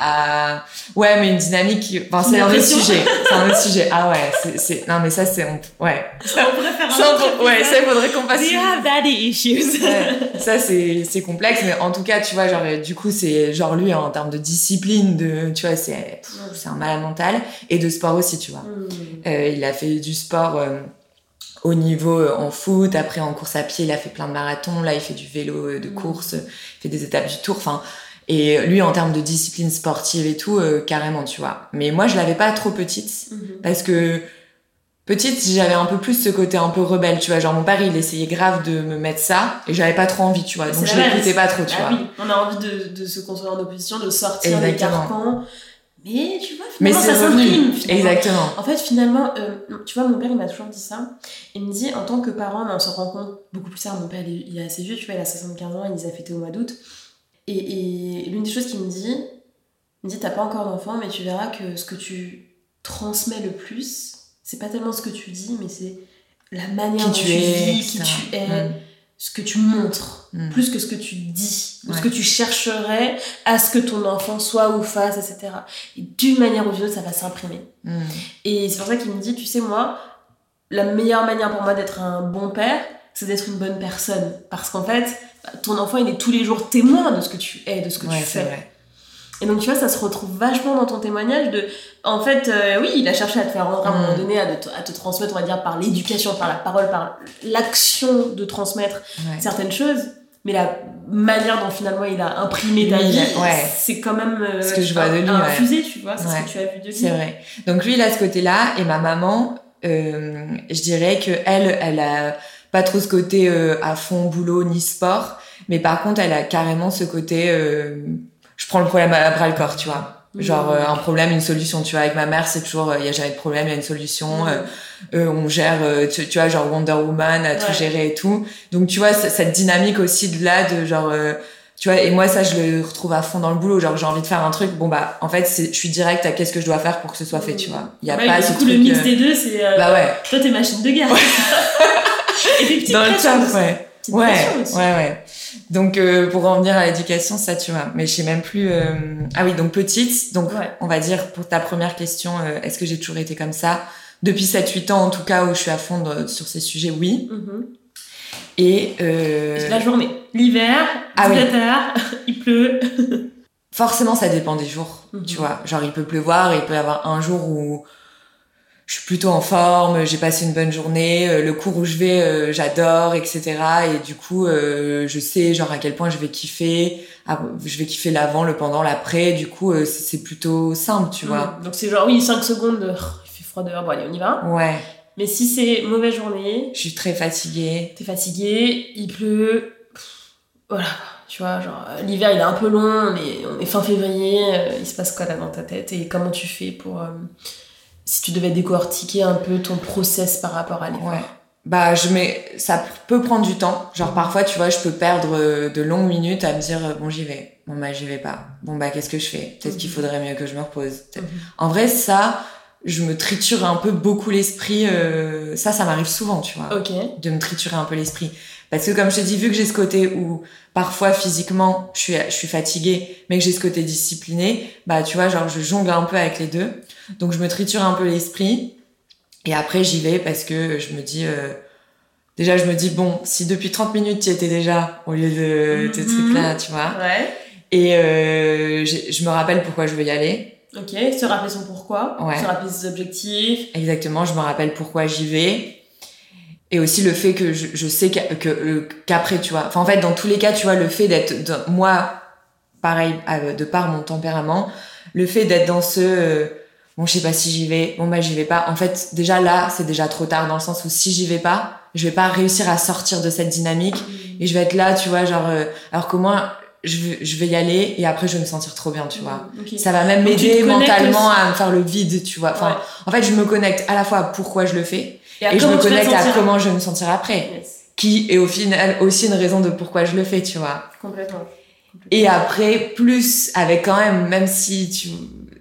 Speaker 2: a ouais mais une dynamique qui... enfin c'est un autre sujet c'est un autre sujet ah ouais c'est, c'est... non mais ça c'est on... ouais
Speaker 1: ça, on pourrait faire un
Speaker 2: ça, on... ouais ça il faudrait qu'on passe.
Speaker 1: Do you have daddy issues?
Speaker 2: Ouais, ça c'est c'est complexe mais en tout cas tu vois genre du coup c'est genre lui en termes de discipline de tu vois c'est pff, c'est un malade mental et de sport aussi tu vois mm. euh, il a fait du sport euh, au niveau euh, en foot, après en course à pied, il a fait plein de marathons, là il fait du vélo euh, de course, il fait des étapes du Tour, enfin et lui en termes de discipline sportive et tout, euh, carrément tu vois. Mais moi je l'avais pas trop petite mm-hmm. parce que petite j'avais un peu plus ce côté un peu rebelle, tu vois, genre mon père il essayait grave de me mettre ça et j'avais pas trop envie, tu vois, donc je l'écoutais pas trop, tu
Speaker 1: ah
Speaker 2: vois.
Speaker 1: Oui, on a envie de, de se construire en opposition, de sortir des carcans. Mais tu vois, finalement,
Speaker 2: mais
Speaker 1: ça s'imprime.
Speaker 2: Exactement.
Speaker 1: En fait, finalement, euh, tu vois, mon père, il m'a toujours dit ça. Il me dit, en tant que parent, on se rend compte beaucoup plus tard. Mon père, il est, il est assez vieux, tu vois, il a soixante-quinze ans, il les a fêtés au mois d'août. Et, et l'une des choses qu'il me dit, il me dit, t'as pas encore d'enfant, mais tu verras que ce que tu transmets le plus, c'est pas tellement ce que tu dis, mais c'est la manière dont tu, tu es, vis, qui tu es, mmh. ce que tu montres, mmh. plus que ce que tu dis, ou ouais. ce que tu chercherais à ce que ton enfant soit ou fasse, et cetera. Et d'une manière ou d'une autre, ça va s'imprimer. Mmh. Et c'est pour ça qu'il me dit, tu sais, moi, la meilleure manière pour moi d'être un bon père, c'est d'être une bonne personne. Parce qu'en fait, ton enfant, il est tous les jours témoin de ce que tu es, de ce que
Speaker 2: ouais,
Speaker 1: tu fais.
Speaker 2: Vrai.
Speaker 1: Et donc, tu vois, ça se retrouve vachement dans ton témoignage de... En fait, euh, oui, il a cherché à te faire rentrer à un moment donné, à, de, à te transmettre, on va dire, par l'éducation, par la parole, par l'action de transmettre ouais. certaines choses. Mais la manière dont, finalement, il a imprimé ta vie,
Speaker 2: ouais.
Speaker 1: c'est quand même... Euh,
Speaker 2: ce que je vois de lui,
Speaker 1: infusé,
Speaker 2: ouais.
Speaker 1: tu vois, c'est
Speaker 2: ouais.
Speaker 1: ce que tu as vu de lui.
Speaker 2: C'est vrai. Donc, lui, il a ce côté-là, et ma maman, euh, je dirais qu'elle, elle a pas trop ce côté euh, à fond boulot ni sport, mais par contre, elle a carrément ce côté... Euh, je prends le problème à bras le corps, tu vois. Genre, euh, un problème, une solution, tu vois. Avec ma mère, c'est toujours, il euh, y a jamais de problème, il y a une solution. Mmh. Euh, euh, on gère, euh, tu, tu vois, genre Wonder Woman, à ouais. tout gérer et tout. Donc, tu vois, c- cette dynamique aussi de là, de genre, euh, tu vois, et moi, ça, je le retrouve à fond dans le boulot. Genre, j'ai envie de faire un truc, bon, bah, en fait, c'est, je suis direct à qu'est-ce que je dois faire pour que ce soit fait, tu vois. Il y a
Speaker 1: ouais,
Speaker 2: pas
Speaker 1: du
Speaker 2: ce
Speaker 1: coup,
Speaker 2: truc.
Speaker 1: Le mix
Speaker 2: euh...
Speaker 1: des deux, c'est, euh,
Speaker 2: bah ouais.
Speaker 1: Toi, t'es machine de guerre. Et des petites
Speaker 2: dans le
Speaker 1: pressions.
Speaker 2: chat, ouais. Ouais, ouais, ouais. Donc, euh, pour en venir à l'éducation, ça, tu vois. Mais je sais même plus... Euh... Ah oui, donc petite. Donc, ouais. on va dire, pour ta première question, euh, est-ce que j'ai toujours été comme ça? Depuis sept huit ans, en tout cas, où je suis à fond de, sur ces sujets, oui. Mm-hmm. Et... Euh...
Speaker 1: La journée. L'hiver,
Speaker 2: ah,
Speaker 1: dix-huit
Speaker 2: oui.
Speaker 1: heures, il pleut.
Speaker 2: Forcément, ça dépend des jours, mm-hmm. tu vois. Genre, il peut pleuvoir, il peut y avoir un jour où... je suis plutôt en forme, j'ai passé une bonne journée, le cours où je vais, euh, j'adore, et cetera. Et du coup, euh, je sais genre à quel point je vais kiffer, je vais kiffer l'avant, le pendant, l'après. Du coup, euh, c'est, c'est plutôt simple, tu mmh. vois.
Speaker 1: Donc c'est genre, oui, cinq secondes, de... il fait froid dehors, bon allez, on y va.
Speaker 2: Ouais.
Speaker 1: Mais si c'est mauvaise journée...
Speaker 2: je suis très fatiguée.
Speaker 1: T'es fatiguée, il pleut, voilà. Tu vois, genre, l'hiver, il est un peu long, mais on est fin février, euh, il se passe quoi là dans ta tête? Et comment tu fais pour... Euh... si tu devais décortiquer un peu ton process par rapport à l'effort.
Speaker 2: Ouais. Bah, je mets, ça peut prendre du temps. Genre, parfois, tu vois, je peux perdre de longues minutes à me dire, bon, j'y vais. Bon, bah, j'y vais pas. Bon, bah, qu'est-ce que je fais? Peut-être mmh. qu'il faudrait mieux que je me repose. Mmh. En vrai, ça, je me triture un peu beaucoup l'esprit. Euh, ça, ça m'arrive souvent, tu vois.
Speaker 1: Ok.
Speaker 2: De me triturer un peu l'esprit. Parce que, comme je t'ai dit, vu que j'ai ce côté où, parfois, physiquement, je suis, je suis fatiguée, mais que j'ai ce côté discipliné, bah, tu vois, genre, je jongle un peu avec les deux. Donc, je me triture un peu l'esprit. Et après, j'y vais parce que je me dis... Euh, déjà, je me dis, bon, si depuis trente minutes, tu y étais déjà, au lieu de
Speaker 1: mm-hmm.
Speaker 2: tes trucs-là, tu vois.
Speaker 1: Ouais.
Speaker 2: Et euh, je me rappelle pourquoi je veux y aller.
Speaker 1: Ok, se rappeler son pourquoi,
Speaker 2: ouais.
Speaker 1: se rappeler ses objectifs.
Speaker 2: Exactement, je me rappelle pourquoi j'y vais. Et aussi le fait que je, je sais qu'à, que, qu'après, tu vois... Enfin, en fait, dans tous les cas, tu vois, le fait d'être... Dans, moi, pareil, de par mon tempérament, le fait d'être dans ce... Euh, bon, je sais pas si j'y vais, bon bah j'y vais pas. En fait, déjà là, c'est déjà trop tard dans le sens où si j'y vais pas, je vais pas réussir à sortir de cette dynamique et je vais être là, tu vois, genre euh, alors qu'au moins je vais, je vais y aller et après je vais me sentir trop bien, tu vois. Okay. Ça va même m'aider mentalement aussi. À me faire le vide, tu vois. Enfin, ouais. En fait, je me connecte à la fois à pourquoi je le fais et, et je me connecte à comment je vais me sentir après, yes. Qui est au final aussi une raison de pourquoi je le fais, tu vois.
Speaker 1: Complètement.
Speaker 2: Et après, plus avec quand même, même si tu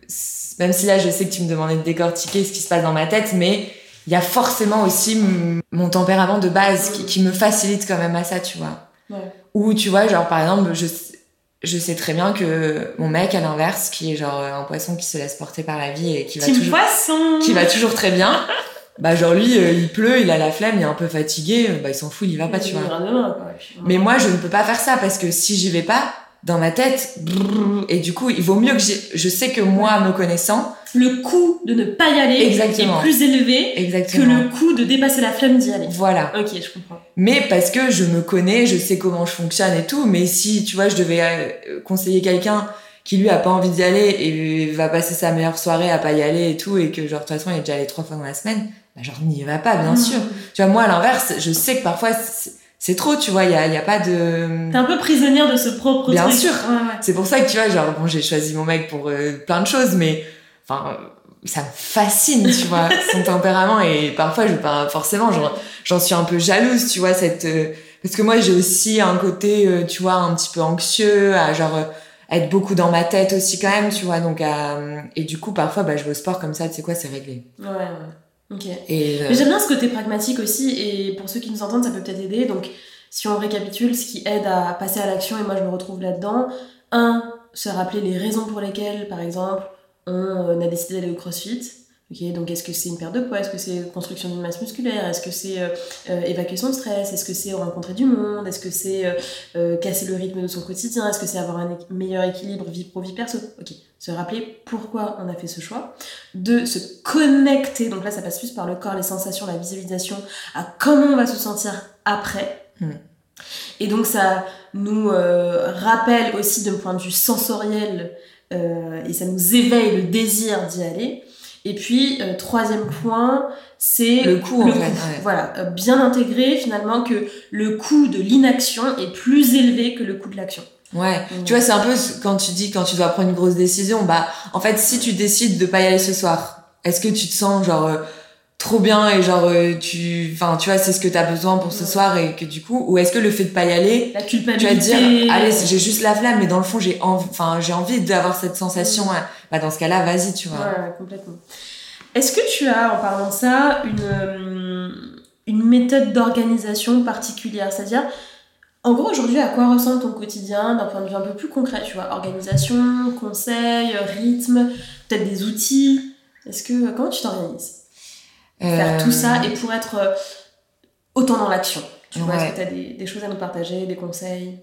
Speaker 2: Même si là, je sais que tu me demandais de décortiquer ce qui se passe dans ma tête, mais il y a forcément aussi m- mon tempérament de base qui, qui me facilite quand même à ça, tu vois.
Speaker 1: Ouais.
Speaker 2: Ou tu vois, genre par exemple, je, je sais très bien que mon mec, à l'inverse, qui est genre un poisson qui se laisse porter par la vie et qui va, toujours, qui va toujours très bien, bah genre lui, euh, il pleut, il a la flemme, il est un peu fatigué, bah il s'en fout, il y va pas, tu vois.
Speaker 1: Demain, quoi.
Speaker 2: Mais moi, je ne peux pas faire ça parce que si j'y vais pas, dans ma tête, brrr, et du coup, il vaut mieux que j'ai, je sais que moi, me connaissant,
Speaker 1: le coût de ne pas y aller
Speaker 2: exactement.
Speaker 1: Est plus élevé
Speaker 2: exactement.
Speaker 1: que le coût de dépasser la flemme d'y aller.
Speaker 2: Voilà.
Speaker 1: Ok, je comprends.
Speaker 2: Mais parce que je me connais, je sais comment je fonctionne et tout, mais si, tu vois, je devais euh, conseiller quelqu'un qui, lui, a pas envie d'y aller et va passer sa meilleure soirée à pas y aller et tout, et que, genre, de toute façon, il est déjà allé trois fois dans la semaine, bah, genre, n'y va pas, bien mmh. sûr. Tu vois, moi, à l'inverse, je sais que parfois, c'est, c'est trop, tu vois, il y a, y a pas de...
Speaker 1: T'es un peu prisonnière de ce propre
Speaker 2: bien
Speaker 1: truc.
Speaker 2: Bien sûr.
Speaker 1: Ouais, ouais.
Speaker 2: C'est pour ça que, tu vois, genre, bon, j'ai choisi mon mec pour euh, plein de choses, mais, enfin, ça me fascine, tu vois, son tempérament, et parfois, je, pas forcément, j'en, j'en suis un peu jalouse, tu vois, cette, euh, parce que moi, j'ai aussi un côté, euh, tu vois, un petit peu anxieux, à genre, euh, être beaucoup dans ma tête aussi quand même, tu vois, donc, euh, et du coup, parfois, bah, je vais au sport comme ça, tu sais quoi, c'est réglé.
Speaker 1: Ouais, ouais. Ok.
Speaker 2: Et, euh...
Speaker 1: Mais j'aime bien ce côté pragmatique aussi, et pour ceux qui nous entendent, ça peut peut-être aider. Donc, si on récapitule, ce qui aide à passer à l'action, et moi je me retrouve là-dedans, un, se rappeler les raisons pour lesquelles, par exemple, on a décidé d'aller au CrossFit. Okay, donc est-ce que c'est une perte de poids, est-ce que c'est construction d'une masse musculaire, est-ce que c'est euh, euh, évacuer son stress, est-ce que c'est rencontrer du monde, est-ce que c'est euh, euh, casser le rythme de son quotidien, est-ce que c'est avoir un é- meilleur équilibre vie pro vie perso. Ok, se rappeler pourquoi on a fait ce choix. Deux, se connecter, donc là ça passe plus par le corps, les sensations, la visualisation, à comment on va se sentir après. Mmh. Et donc ça nous euh, rappelle aussi d'un point de vue sensoriel euh, et ça nous éveille le désir d'y aller. Et puis, euh, troisième point, c'est
Speaker 2: le coût,
Speaker 1: le
Speaker 2: en
Speaker 1: coût.
Speaker 2: fait. Ouais.
Speaker 1: Voilà, euh, bien intégrer finalement que le coût de l'inaction est plus élevé que le coût de l'action.
Speaker 2: Ouais, mmh. Tu vois, c'est un peu quand tu dis, quand tu dois prendre une grosse décision, bah, en fait, si tu décides de pas y aller ce soir, est-ce que tu te sens genre euh, trop bien et genre euh, tu, enfin, tu vois, c'est ce que t'as besoin pour ce ouais. soir et que du coup, ou est-ce que le fait de pas y aller,
Speaker 1: la culpabilité,
Speaker 2: tu vas te dire, allez, j'ai juste la flamme, mais dans le fond, j'ai envie, enfin, j'ai envie d'avoir cette sensation. Mmh. Bah, dans ce cas-là, vas-y, tu vois.
Speaker 1: Ouais, complètement. Est-ce que tu as, en parlant de ça, une, euh, une méthode d'organisation particulière? C'est-à-dire, en gros, aujourd'hui, à quoi ressemble ton quotidien d'un point de vue un peu plus concret, tu vois? Organisation, conseils, rythme, peut-être des outils. Est-ce que, comment tu t'organises? Euh... Faire tout ça et pour être euh, autant dans l'action. Tu vois, ouais. Est-ce que tu as des, des choses à nous partager, des conseils?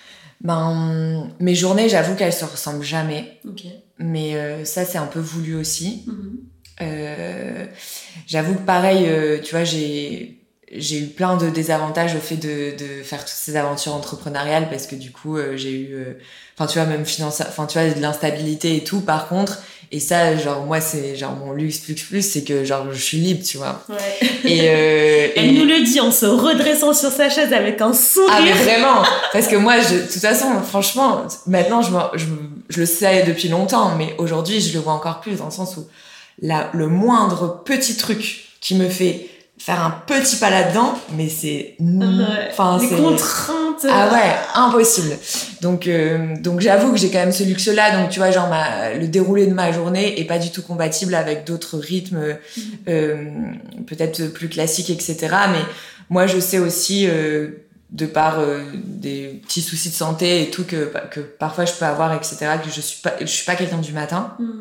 Speaker 2: Ben, mes journées, j'avoue qu'elles se ressemblent jamais.
Speaker 1: Ok.
Speaker 2: Mais euh, ça, c'est un peu voulu aussi.
Speaker 1: Mm-hmm.
Speaker 2: Euh, j'avoue que pareil, euh, tu vois, j'ai j'ai eu plein de désavantages au fait de de faire toutes ces aventures entrepreneuriales parce que du coup, euh, j'ai eu, enfin, euh, tu vois, même financière, enfin, tu vois, de l'instabilité et tout. Par contre, et ça, genre, moi, c'est genre mon luxe plus plus, c'est que genre, je suis libre, tu vois.
Speaker 1: Ouais.
Speaker 2: Et, euh,
Speaker 1: Elle et... nous le dit en se redressant sur sa chaise avec un sourire.
Speaker 2: Ah, mais vraiment, parce que moi, je, de toute façon, franchement, maintenant, je, je, je le sais depuis longtemps, mais aujourd'hui, je le vois encore plus dans le sens où la, le moindre petit truc qui me fait faire un petit pas là-dedans, mais c'est...
Speaker 1: Enfin, les
Speaker 2: c'est...
Speaker 1: contraintes...
Speaker 2: Ah ouais, impossible. Donc, euh, donc j'avoue que j'ai quand même ce luxe-là. Donc, tu vois, genre, ma, le déroulé de ma journée est pas du tout compatible avec d'autres rythmes, mmh. euh, peut-être plus classiques, et cetera. Mais moi, je sais aussi... Euh, de par euh, des petits soucis de santé et tout que, que parfois je peux avoir, et cetera, que je suis pas, je suis pas quelqu'un du matin. Mm.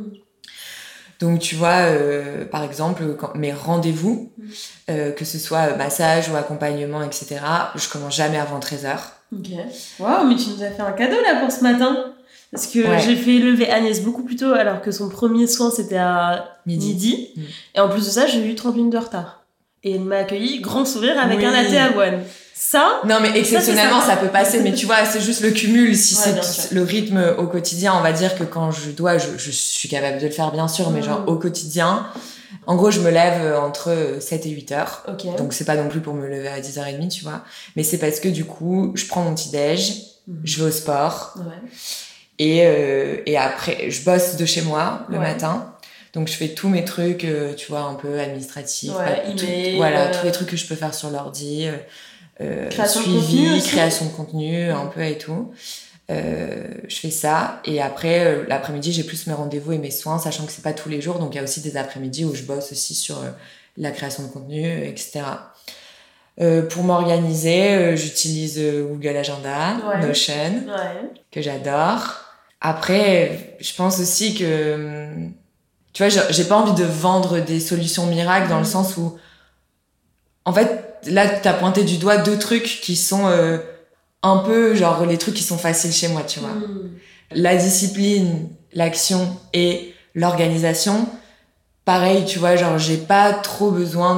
Speaker 2: Donc, tu vois, euh, par exemple, quand, mes rendez-vous, mm. euh, que ce soit massage ou accompagnement, et cetera, je commence jamais avant treize heures.
Speaker 1: Ok. Waouh, mais tu nous as fait un cadeau là pour ce matin. Parce que ouais. j'ai fait lever Agnès beaucoup plus tôt, alors que son premier soin c'était à midi. midi. Mm. Et en plus de ça, j'ai eu trente minutes de retard. Et elle m'a accueilli grand sourire avec oui. un latte avoine. Ça,
Speaker 2: non mais exceptionnellement ça, ça peut passer, mais tu vois c'est juste le cumul. Si ouais, c'est le rythme au quotidien, on va dire que quand je dois, je, je suis capable de le faire bien sûr, mais mmh. genre au quotidien, en gros je me lève entre sept et huit heures. Okay. Donc c'est pas non plus pour me lever à dix heures trente, tu vois, mais c'est parce que du coup je prends mon petit déj, mmh. je vais au sport ouais. et euh, et après je bosse de chez moi le ouais. matin. Donc je fais tous mes trucs, euh, tu vois, un peu administratifs,
Speaker 1: ouais,
Speaker 2: tout,
Speaker 1: email,
Speaker 2: voilà,
Speaker 1: euh...
Speaker 2: tous les trucs que je peux faire sur l'ordi. Euh, Euh,
Speaker 1: création
Speaker 2: suivi,
Speaker 1: de contenu
Speaker 2: création de contenu, un peu et tout. Euh, je fais ça et après euh, l'après-midi j'ai plus mes rendez-vous et mes soins, sachant que c'est pas tous les jours, donc il y a aussi des après-midi où je bosse aussi sur euh, la création de contenu, et cetera. Euh, pour m'organiser, euh, j'utilise euh, Google Agenda, ouais. Notion, ouais. que j'adore. Après, je pense aussi que, tu vois, j'ai pas envie de vendre des solutions miracles mmh. dans le sens où, en fait, là, t'as pointé du doigt deux trucs qui sont euh, un peu genre les trucs qui sont faciles chez moi, tu vois. Mmh. La discipline, l'action et l'organisation. Pareil, tu vois, genre j'ai pas trop besoin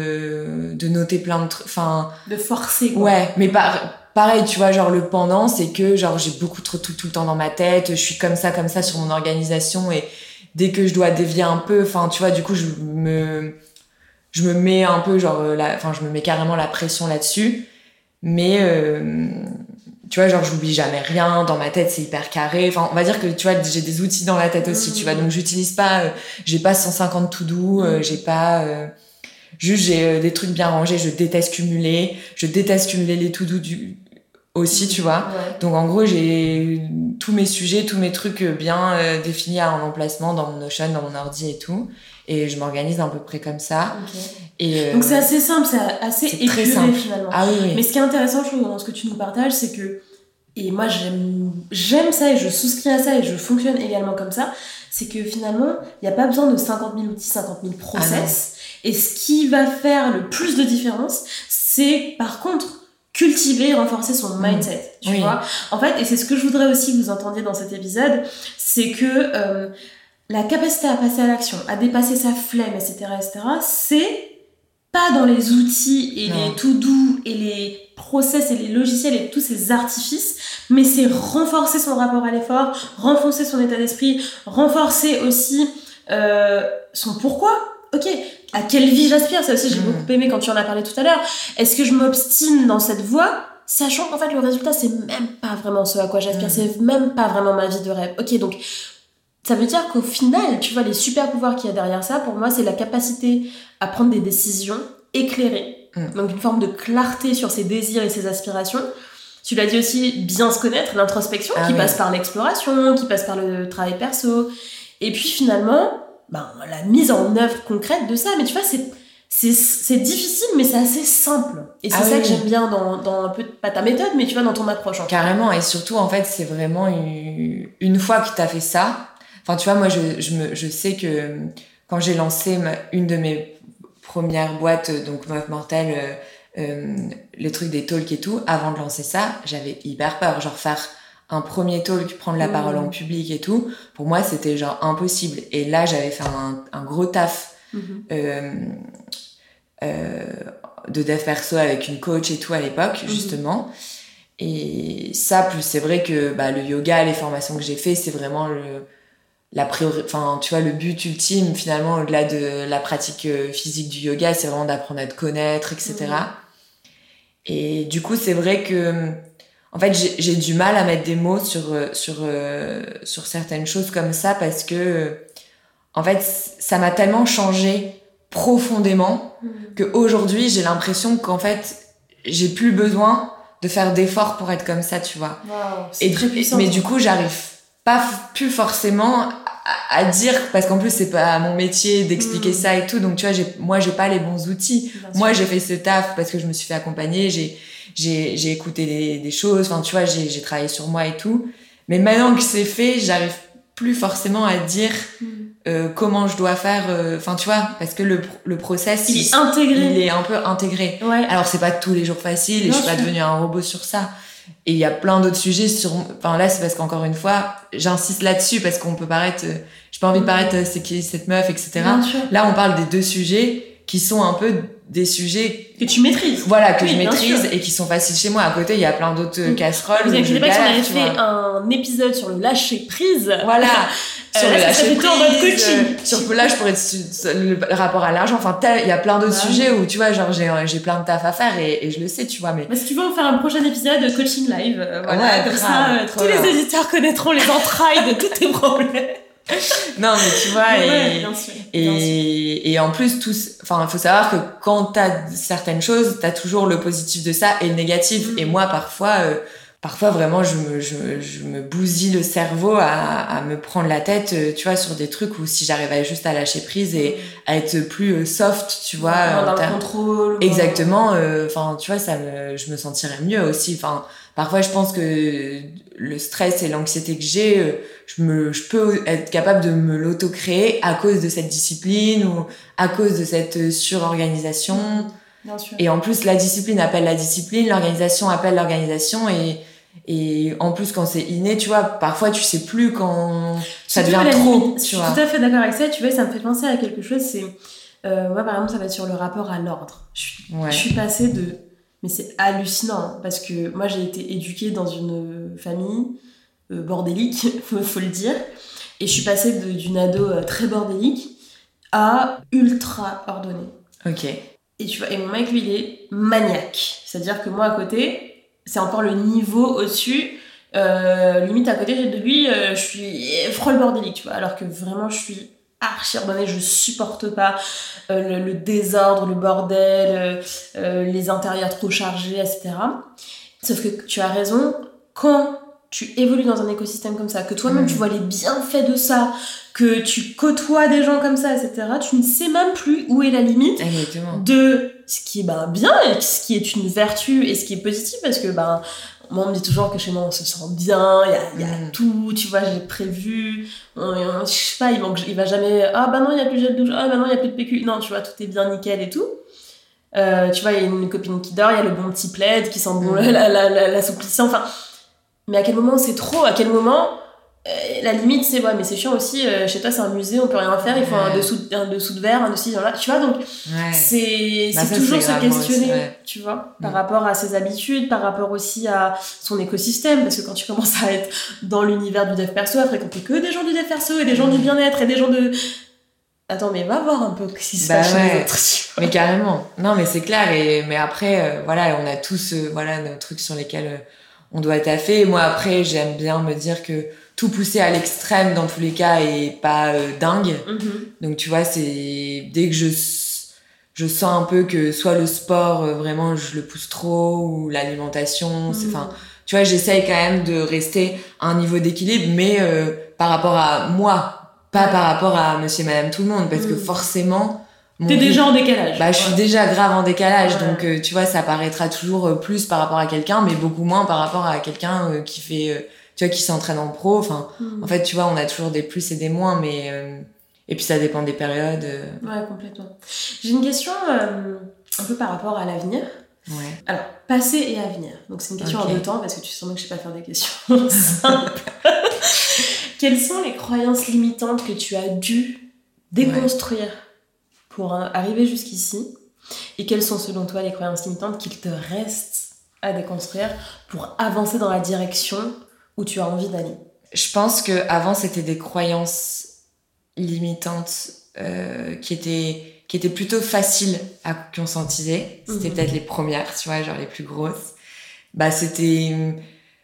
Speaker 2: de de noter plein de trucs, enfin
Speaker 1: de forcer quoi.
Speaker 2: Ouais, mais par, pareil, tu vois, genre le pendant, c'est que genre j'ai beaucoup trop tout tout le temps dans ma tête, je suis comme ça comme ça sur mon organisation et dès que je dois dévier un peu, enfin tu vois, du coup je me je me mets un peu genre la enfin je me mets carrément la pression là-dessus, mais euh, tu vois, genre j'oublie jamais rien, dans ma tête c'est hyper carré, enfin on va dire que tu vois j'ai des outils dans la tête aussi, mmh. tu vois, donc j'utilise pas euh, j'ai pas cent cinquante to-do, euh, j'ai pas euh, juste j'ai euh, des trucs bien rangés, je déteste cumuler, je déteste cumuler les to-do du aussi, tu vois. Ouais. Donc en gros, j'ai tous mes sujets, tous mes trucs bien euh, définis à un emplacement dans mon Notion, dans mon ordi et tout. Et je m'organise à peu près comme ça. Okay. Et euh,
Speaker 1: donc c'est assez simple, c'est assez
Speaker 2: c'est
Speaker 1: épuré finalement.
Speaker 2: Ah oui, oui.
Speaker 1: Mais ce qui est intéressant, je trouve, dans ce que tu nous partages, c'est que, et moi j'aime, j'aime ça et je souscris à ça et je fonctionne également comme ça, c'est que finalement, il n'y a pas besoin de cinquante mille outils, cinquante mille process. Ah et ce qui va faire le plus de différence, c'est par contre cultiver, renforcer son mindset, mmh. tu oui. vois. En fait, et c'est ce que je voudrais aussi que vous entendiez dans cet épisode, c'est que euh, la capacité à passer à l'action, à dépasser sa flemme, et cetera, et cetera, c'est pas dans les outils et non. les to-do et les process et les logiciels et tous ces artifices, mais c'est renforcer son rapport à l'effort, renforcer son état d'esprit, renforcer aussi euh, son pourquoi. Ok, à quelle vie j'aspire, ça aussi j'ai mmh. beaucoup aimé quand tu en as parlé tout à l'heure. Est-ce que je m'obstine dans cette voie, sachant qu'en fait le résultat c'est même pas vraiment ce à quoi j'aspire, mmh. c'est même pas vraiment ma vie de rêve. Ok, donc ça veut dire qu'au final, tu vois, les super pouvoirs qu'il y a derrière ça, pour moi c'est la capacité à prendre des décisions éclairées, mmh. donc une forme de clarté sur ses désirs et ses aspirations. Tu l'as dit aussi, bien se connaître, l'introspection ah qui oui. passe par l'exploration, qui passe par le travail perso, et puis finalement ben, la mise en œuvre concrète de ça. Mais tu vois, c'est, c'est, c'est difficile, mais c'est assez simple. Et c'est ah ça oui, que oui. j'aime bien dans, dans un peu, pas ta méthode, mais tu vois, dans ton approche. En
Speaker 2: Carrément, et surtout, en fait, c'est vraiment une, une fois que t'as fait ça, enfin, tu vois, moi, je, je, me, je sais que quand j'ai lancé ma, une de mes premières boîtes, donc Meuf Mortelle, euh, euh, les trucs des talks et tout, avant de lancer ça, j'avais hyper peur, genre faire un premier talk, prendre la mmh. parole en public et tout, pour moi, c'était genre impossible. Et là, j'avais fait un, un gros taf mmh. euh, euh, de dev perso avec une coach et tout à l'époque, mmh. justement. Et ça, plus c'est vrai que bah, le yoga, les formations que j'ai fait, c'est vraiment le, la priori... enfin, tu vois, le but ultime, finalement, au-delà de la pratique physique du yoga, c'est vraiment d'apprendre à te connaître, et cetera. Mmh. Et du coup, c'est vrai que en fait, j'ai, j'ai du mal à mettre des mots sur, sur, euh, sur certaines choses comme ça parce que, en fait, ça m'a tellement changé profondément mmh. qu'aujourd'hui, j'ai l'impression qu'en fait, j'ai plus besoin de faire d'efforts pour être comme ça, tu vois.
Speaker 1: Wow, c'est
Speaker 2: et
Speaker 1: très puissant.
Speaker 2: Mais du coup, j'arrive pas plus forcément à, à dire, parce qu'en plus, c'est pas mon métier d'expliquer mmh. ça et tout, donc tu vois, j'ai, moi, j'ai pas les bons outils. Bien moi, sûr. J'ai fait ce taf parce que je me suis fait accompagner, j'ai, j'ai, j'ai écouté des, des choses, enfin, tu vois, j'ai, j'ai travaillé sur moi et tout. Mais maintenant que c'est fait, j'arrive plus forcément à dire mmh. euh, comment je dois faire, enfin, euh, tu vois, parce que le, le process,
Speaker 1: il, il est intégré.
Speaker 2: Il est un peu intégré.
Speaker 1: Ouais.
Speaker 2: Alors, c'est pas tous les jours facile, et Bien je suis sûr. Pas devenue un robot sur ça. Et il y a plein d'autres sujets sur, enfin, là, c'est parce qu'encore une fois, j'insiste là-dessus parce qu'on peut paraître, euh, j'ai pas envie de paraître, euh, c'est qui cette meuf, et cetera. Là, on parle des deux sujets qui sont un peu des sujets
Speaker 1: que tu maîtrises.
Speaker 2: Voilà, que
Speaker 1: oui,
Speaker 2: je maîtrise et qui sont faciles chez moi. À côté, il y a plein d'autres mmh. casseroles.
Speaker 1: Vous inquiétez pas, si on avait fait
Speaker 2: vois.
Speaker 1: un épisode sur le lâcher prise.
Speaker 2: Voilà.
Speaker 1: sur euh, le lâcher prise. En mode coaching.
Speaker 2: Euh, sur là, je pourrais être le, le rapport à l'argent. Enfin, il y a plein d'autres ouais. sujets où, tu vois, genre, j'ai, j'ai plein de taf à faire et, et je le sais, tu vois. Mais
Speaker 1: bah, si tu veux, on va faire un prochain épisode de coaching live. Euh, voilà,
Speaker 2: ouais,
Speaker 1: comme
Speaker 2: grave,
Speaker 1: ça, euh, tous bien. Les éditeurs connaîtront les entrailles de tous tes problèmes.
Speaker 2: Non, mais tu vois,
Speaker 1: mais
Speaker 2: et,
Speaker 1: ouais, bien sûr,
Speaker 2: et,
Speaker 1: bien sûr.
Speaker 2: et en plus, tous, enfin, il faut savoir que quand t'as certaines choses, t'as toujours le positif de ça et le négatif. Mmh. Et moi, parfois, euh, parfois, vraiment, je me, je, je me bousille le cerveau à, à me prendre la tête, euh, tu vois, sur des trucs où si j'arrivais juste à lâcher prise et à être plus soft, tu vois.
Speaker 1: Ouais, dans le contrôle.
Speaker 2: Exactement. Enfin, euh, tu vois, ça me, je me sentirais mieux aussi. Enfin, parfois, je pense que le stress et l'anxiété que j'ai, je me, je peux être capable de me l'auto-créer à cause de cette discipline ou à cause de cette surorganisation.
Speaker 1: Bien sûr.
Speaker 2: Et en plus, la discipline appelle la discipline, l'organisation appelle l'organisation et, et en plus, quand c'est inné, tu vois, parfois, tu sais plus quand ça devient trop, tu
Speaker 1: Je suis
Speaker 2: vois.
Speaker 1: tout à fait d'accord avec ça. Tu vois, ça me fait penser à quelque chose, c'est, euh, moi, par exemple, ça va être sur le rapport à l'ordre. Je suis, ouais. je suis passée de, mais c'est hallucinant parce que moi, j'ai été éduquée dans une famille Euh, bordélique, faut, faut le dire. Et je suis passée de, d'une ado euh, très bordélique à ultra ordonnée.
Speaker 2: Ok.
Speaker 1: Et tu vois, et mon mec, lui, il est maniaque. C'est-à-dire que moi, à côté, c'est encore le niveau au-dessus. Euh, limite, à côté de lui, euh, je suis frôle bordélique, tu vois. Alors que vraiment, je suis archi ordonnée, je supporte pas euh, le, le désordre, le bordel, euh, euh, les intérieurs trop chargés, et cetera. Sauf que tu as raison, quand tu évolues dans un écosystème comme ça, que toi-même mmh. tu vois les bienfaits de ça, que tu côtoies des gens comme ça, et cetera, tu ne sais même plus où est la limite
Speaker 2: Exactement.
Speaker 1: de ce qui est ben, bien et ce qui est une vertu et ce qui est positif, parce que ben, moi on me dit toujours que chez moi on se sent bien, il y a, y a mmh. tout, tu vois, j'ai prévu, on, on, je sais pas, il, manque, il va jamais, ah bah non il n'y a plus de gel douche, ah bah non il n'y a plus de P Q, non tu vois, tout est bien nickel et tout. Euh, tu vois, il y a une copine qui dort, il y a le bon petit plaid qui sent bon mmh. la, la, la, l'assouplissant, enfin. Mais à quel moment c'est trop ? À quel moment euh, la limite c'est ouais mais c'est chiant aussi. Euh, chez toi c'est un musée, on peut rien faire. Il faut ouais. un dessous, un dessous de verre, un dessous là. Tu vois donc ouais. c'est bah c'est ça, toujours c'est se questionner, aussi, ouais. tu vois, par mmh. rapport à ses habitudes, par rapport aussi à son écosystème, parce que quand tu commences à être dans l'univers du dev perso, à fréquenter que des gens du dev perso et des gens mmh. du bien-être et des gens de attends mais va voir un peu ce qui se passe bah, chez ouais. les autres.
Speaker 2: Mais carrément. Non mais c'est clair et mais après euh, voilà on a tous euh, voilà nos trucs sur lesquels euh, on doit taffer. Moi, après, j'aime bien me dire que tout pousser à l'extrême, dans tous les cas, est pas euh, dingue. Mm-hmm. Donc, tu vois, c'est... Dès que je, je sens un peu que soit le sport, euh, vraiment, je le pousse trop, ou l'alimentation, mm-hmm. c'est... Enfin, tu vois, j'essaye quand même de rester à un niveau d'équilibre, mais euh, par rapport à moi, pas par rapport à monsieur et madame tout le monde, parce mm-hmm. que forcément...
Speaker 1: T'es
Speaker 2: rythme,
Speaker 1: déjà en décalage.
Speaker 2: Bah, je suis ouais. déjà grave en décalage, ouais. donc euh, tu vois, ça paraîtra toujours plus par rapport à quelqu'un, mais beaucoup moins par rapport à quelqu'un euh, qui fait, euh, tu vois, qui s'entraîne en pro. Enfin, mmh. en fait, tu vois, on a toujours des plus et des moins, mais euh, et puis ça dépend des périodes. Euh...
Speaker 1: Ouais, complètement. J'ai une question euh, un peu par rapport à l'avenir.
Speaker 2: Ouais.
Speaker 1: Alors, passé et avenir. Donc c'est une question okay. en deux temps parce que tu sens que je sais pas faire des questions simples. Quelles sont les croyances limitantes que tu as dû déconstruire? Ouais. Pour arriver jusqu'ici, et quelles sont selon toi les croyances limitantes qu'il te reste à déconstruire pour avancer dans la direction où tu as envie d'aller?
Speaker 2: Je pense qu'avant c'était des croyances limitantes euh, qui, étaient, qui étaient plutôt faciles à conscientiser. C'était mmh. peut-être les premières, tu vois, genre les plus grosses. Bah, c'était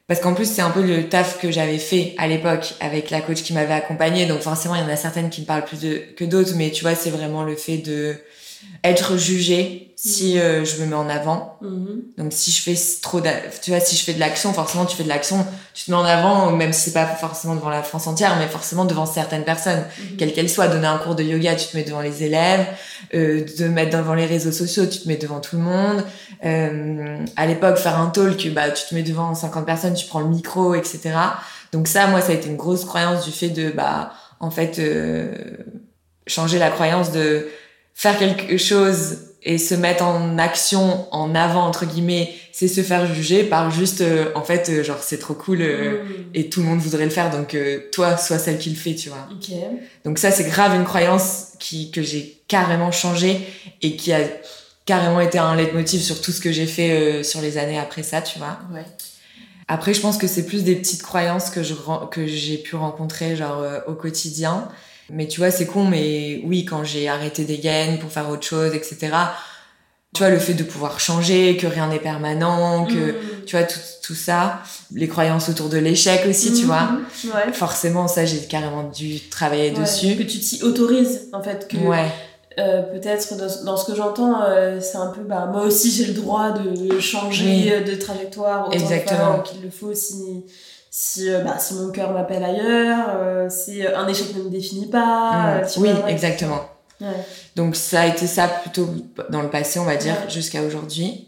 Speaker 2: Parce qu'en plus, c'est un peu le taf que j'avais fait à l'époque avec la coach qui m'avait accompagnée. Donc forcément, il y en a certaines qui me parlent plus de, que d'autres. Mais tu vois, c'est vraiment le fait de être jugée si euh, je me mets en avant. Mm-hmm. Donc si je fais trop... Tu vois, si je fais de l'action, forcément, tu fais de l'action, tu te mets en avant, même si c'est pas forcément devant la France entière, mais forcément devant certaines personnes, mm-hmm. quelles qu'elles soient. Donner un cours de yoga, tu te mets devant les élèves. Euh, de mettre devant les réseaux sociaux, tu te mets devant tout le monde. Euh, à l'époque, faire un talk, bah, tu te mets devant cinquante personnes, tu prends le micro, et cetera. Donc ça, moi, ça a été une grosse croyance du fait de, bah, en fait, euh, changer la croyance de faire quelque chose et se mettre en action, en avant, entre guillemets, c'est se faire juger par juste, euh, en fait, euh, genre, c'est trop cool euh, mmh. et tout le monde voudrait le faire, donc euh, toi, sois celle qui le fait, tu vois.
Speaker 1: Okay.
Speaker 2: Donc ça, c'est grave une croyance qui, que j'ai carrément changée et qui a carrément été un leitmotiv sur tout ce que j'ai fait euh, sur les années après ça, tu vois.
Speaker 1: Ouais.
Speaker 2: Après, je pense que c'est plus des petites croyances que, je, que j'ai pu rencontrer, genre, euh, au quotidien. Mais tu vois, c'est con, mais oui, quand j'ai arrêté des gains pour faire autre chose, et cetera, tu vois, le fait de pouvoir changer, que rien n'est permanent, que, mmh. tu vois, tout, tout ça, les croyances autour de l'échec aussi, mmh. tu vois.
Speaker 1: Ouais.
Speaker 2: Forcément, ça, j'ai carrément dû travailler ouais. dessus.
Speaker 1: Que tu t'y autorises, en fait, que
Speaker 2: ouais.
Speaker 1: euh, peut-être dans, dans ce que j'entends, euh, c'est un peu, bah, moi aussi, j'ai le droit de changer oui. de trajectoire autant
Speaker 2: Exactement.
Speaker 1: qu'il le faut si... Si, euh, bah, si mon cœur m'appelle ailleurs, euh, si un échec ne me définit pas.
Speaker 2: Mmh.
Speaker 1: Tu
Speaker 2: oui,
Speaker 1: vois, ouais.
Speaker 2: exactement.
Speaker 1: Ouais.
Speaker 2: Donc ça a été ça plutôt dans le passé, on va dire, ouais. jusqu'à aujourd'hui.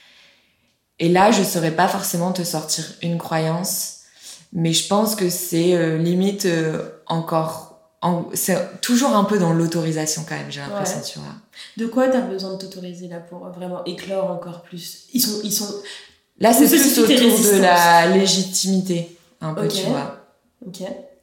Speaker 2: Et là, je saurais pas forcément te sortir une croyance, mais je pense que c'est euh, limite euh, encore... En, c'est toujours un peu dans l'autorisation quand même, j'ai l'impression, ouais. tu vois.
Speaker 1: De quoi t'as besoin de t'autoriser là pour vraiment éclore encore plus ? Ils sont... Ils sont...
Speaker 2: Là, c'est plus autour de la légitimité, un peu,
Speaker 1: okay.
Speaker 2: tu vois.
Speaker 1: Ok.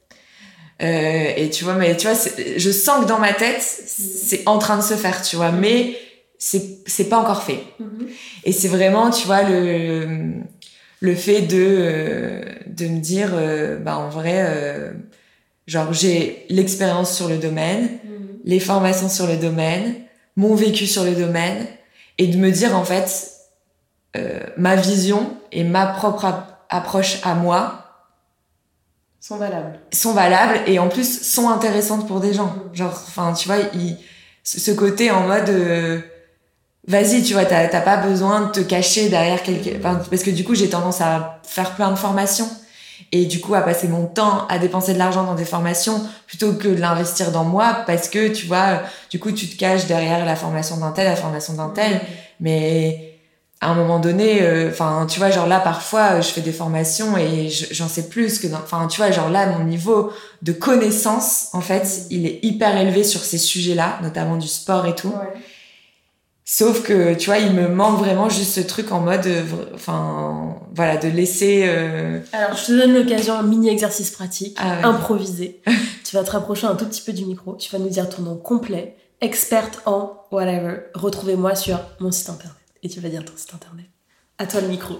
Speaker 2: Euh, et tu vois, mais tu vois, c'est, je sens que dans ma tête, mmh. c'est en train de se faire, tu vois, mmh. mais c'est, c'est pas encore fait. Mmh. Et c'est vraiment, tu vois, le, le fait de, euh, de me dire, euh, bah, en vrai, euh, genre, j'ai l'expérience sur le domaine, mmh. les formations sur le domaine, mon vécu sur le domaine, et de me dire, en fait, Euh, ma vision et ma propre ap- approche à moi
Speaker 1: sont valables
Speaker 2: sont valables et en plus sont intéressantes pour des gens mmh. genre enfin tu vois il, ce côté en mode euh, vas-y tu vois t'as, t'as pas besoin de te cacher derrière quelque enfin, parce que du coup j'ai tendance à faire plein de formations et du coup à passer mon temps à dépenser de l'argent dans des formations plutôt que de l'investir dans moi parce que tu vois du coup tu te caches derrière la formation d'un tel la formation d'un tel mmh. mais à un moment donné, enfin, euh, tu vois, genre là, parfois, je fais des formations et je, j'en sais plus que enfin, tu vois, genre là, mon niveau de connaissance, en fait, mmh. il est hyper élevé sur ces sujets-là, notamment du sport et tout.
Speaker 1: Ouais.
Speaker 2: Sauf que, tu vois, il me manque vraiment juste ce truc en mode, enfin, euh, voilà, de laisser... Euh...
Speaker 1: Alors, je te donne l'occasion, un mini-exercice pratique, ah ouais. improvisé. Tu vas te rapprocher un tout petit peu du micro, tu vas nous dire ton nom complet, experte en whatever. Retrouvez-moi sur mon site internet. Et tu vas dire ton site internet. À toi le micro.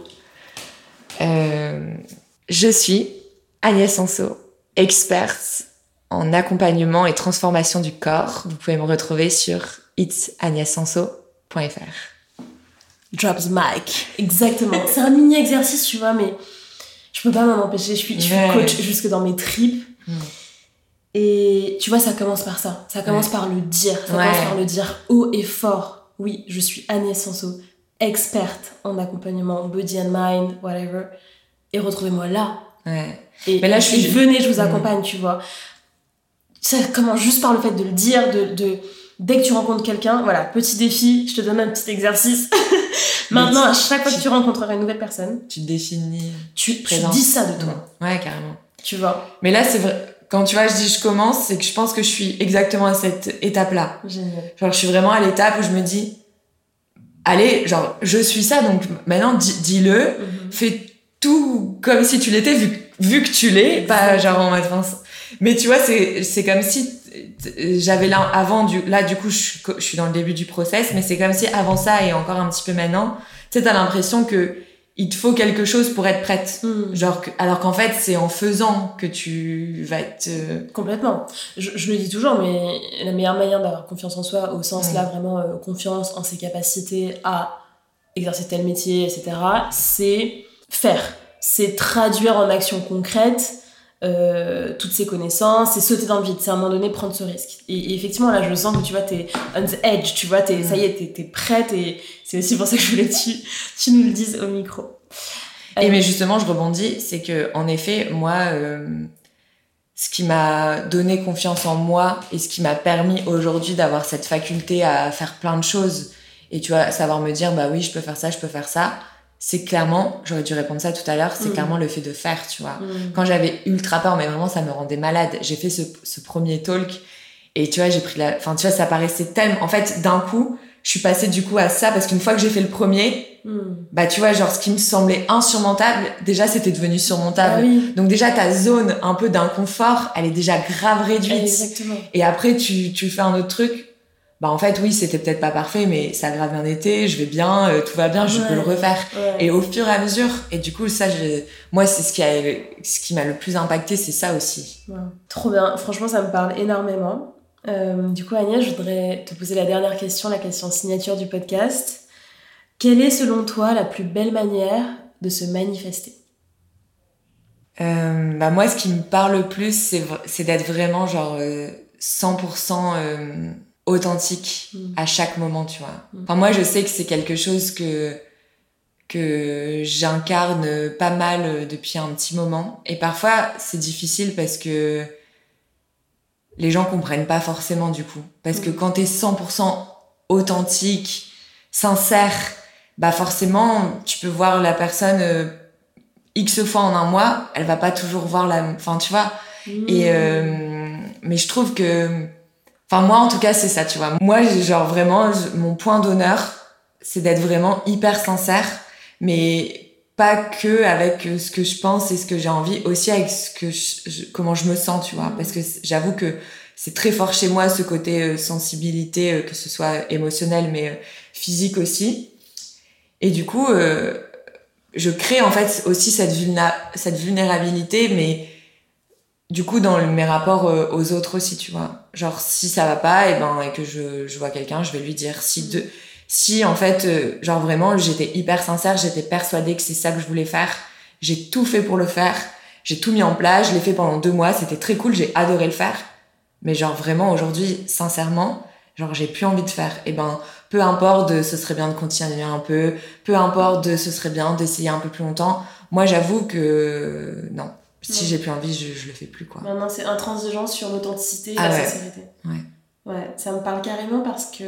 Speaker 2: Euh, je suis Agnès Sanso, experte en accompagnement et transformation du corps. Vous pouvez me retrouver sur its agnès sanso point f r.
Speaker 1: Drops mic. Exactement. C'est un mini exercice, tu vois, mais je peux pas m'en empêcher. Je suis, je suis ouais. coach jusque dans mes tripes. Mm. Et tu vois, ça commence par ça. Ça commence ouais. par le dire. Ça ouais. commence par le dire haut et fort. Oui, je suis Agnès Sanso, experte en accompagnement body and mind, whatever. Et retrouvez-moi là.
Speaker 2: Ouais.
Speaker 1: Et,
Speaker 2: mais là, je suis...
Speaker 1: et venez, je vous accompagne, mmh. tu vois. Ça commence juste par le fait de le dire, de, de... dès que tu rencontres quelqu'un, voilà, petit défi, je te donne un petit exercice. Maintenant, à chaque fois que tu rencontreras une nouvelle personne,
Speaker 2: tu te définis.
Speaker 1: Tu, tu dis ça de toi.
Speaker 2: Mmh. Ouais, carrément.
Speaker 1: Tu vois.
Speaker 2: Mais là, c'est vrai. Quand tu vois, je dis je commence, c'est que je pense que je suis exactement à cette étape-là.
Speaker 1: Génial.
Speaker 2: Genre, je suis vraiment à l'étape où je me dis, allez, genre, je suis ça, donc maintenant, dis, dis-le, mm-hmm. fais tout comme si tu l'étais, vu, vu que tu l'es, pas genre en mode, enfin, mais tu vois, c'est, c'est comme si j'avais là, avant, du, là, du coup, je suis, je suis dans le début du process, mais c'est comme si avant ça et encore un petit peu maintenant, tu sais, t'as l'impression que il te faut quelque chose pour être prête. Mm. Genre que, alors qu'en fait, c'est en faisant que tu vas être... Euh...
Speaker 1: Complètement. Je, je le dis toujours, mais la meilleure manière d'avoir confiance en soi, au sens mm. là, vraiment euh, confiance en ses capacités à exercer tel métier, et cetera, c'est faire. c'est traduire en action concrète euh, toutes ces connaissances, c'est sauter dans le vide, c'est à un moment donné prendre ce risque. Et, et effectivement, là, je sens que tu vois, t'es on the edge, tu vois, t'es, mmh. ça y est, t'es, t'es prête, et c'est aussi pour ça que je voulais que tu, tu nous le dises au micro.
Speaker 2: Et euh, mais justement, je rebondis, c'est que en effet, moi, euh, ce qui m'a donné confiance en moi et ce qui m'a permis aujourd'hui d'avoir cette faculté à faire plein de choses, et tu vois, savoir me dire, bah oui, je peux faire ça, je peux faire ça, c'est clairement, j'aurais dû répondre ça tout à l'heure, c'est mmh. clairement le fait de faire, tu vois. Mmh. Quand j'avais ultra peur, mais vraiment, ça me rendait malade. J'ai fait ce, ce premier talk, et tu vois, j'ai pris la, enfin, tu vois, ça paraissait tellement, en fait, d'un coup, je suis passée du coup à ça, parce qu'une fois que j'ai fait le premier, mmh. bah, tu vois, genre, ce qui me semblait insurmontable, déjà, c'était devenu surmontable. Ah oui. Donc, déjà, ta zone un peu d'inconfort, elle est déjà grave réduite.
Speaker 1: Exactement.
Speaker 2: Et après, tu, tu fais un autre truc. Bah, en fait, oui, c'était peut-être pas parfait, mais ça a grave bien été, je vais bien, euh, tout va bien, je ouais. peux le refaire. Ouais. Et au fur et à mesure, et du coup, ça, je, moi, c'est ce qui a, ce qui m'a le plus impacté, c'est ça aussi.
Speaker 1: Ouais. Trop bien. Franchement, ça me parle énormément. Euh, du coup, Agnès, je voudrais te poser la dernière question, la question signature du podcast. Quelle est, selon toi, la plus belle manière de se manifester ?
Speaker 2: euh, bah, moi, ce qui me parle le plus, c'est, c'est d'être vraiment, genre, euh, cent pour cent euh, authentique mmh. à chaque moment, tu vois. Mmh. Enfin, moi, je sais que c'est quelque chose que, que j'incarne pas mal depuis un petit moment. Et parfois, c'est difficile parce que les gens comprennent pas forcément, du coup. Parce mmh. que quand t'es cent pour cent authentique, sincère, bah forcément, tu peux voir la personne euh, X fois en un mois, elle va pas toujours voir la... Enfin, tu vois. Mmh. Et, euh, mais je trouve que... Enfin, moi, en tout cas, c'est ça, tu vois. Moi, genre, vraiment, je, mon point d'honneur, c'est d'être vraiment hyper sincère, mais pas que avec ce que je pense et ce que j'ai envie, aussi avec ce que je, je, comment je me sens, tu vois. Mmh. Parce que j'avoue que c'est très fort chez moi, ce côté euh, sensibilité, euh, que ce soit émotionnel, mais euh, physique aussi. Et du coup, euh, je crée, en fait, aussi cette, vulna- cette vulnérabilité, mais... Du coup, dans mes rapports aux autres aussi, tu vois. Genre, si ça va pas, et ben, et que je, je vois quelqu'un, je vais lui dire. Si, de, si en fait, euh, genre vraiment, j'étais hyper sincère, j'étais persuadée que c'est ça que je voulais faire. J'ai tout fait pour le faire. J'ai tout mis en place. Je l'ai fait pendant deux mois. C'était très cool. J'ai adoré le faire. Mais genre, vraiment, aujourd'hui, sincèrement, genre, j'ai plus envie de faire. Et ben, peu importe de ce serait bien de continuer un peu. Peu importe de ce serait bien d'essayer un peu plus longtemps. Moi, j'avoue que non. Si ouais. j'ai plus envie, je, je le fais plus, quoi.
Speaker 1: Non, non, c'est intransigeant sur l'authenticité et ah la ouais. sincérité.
Speaker 2: Ouais.
Speaker 1: Ouais, ça me parle carrément parce que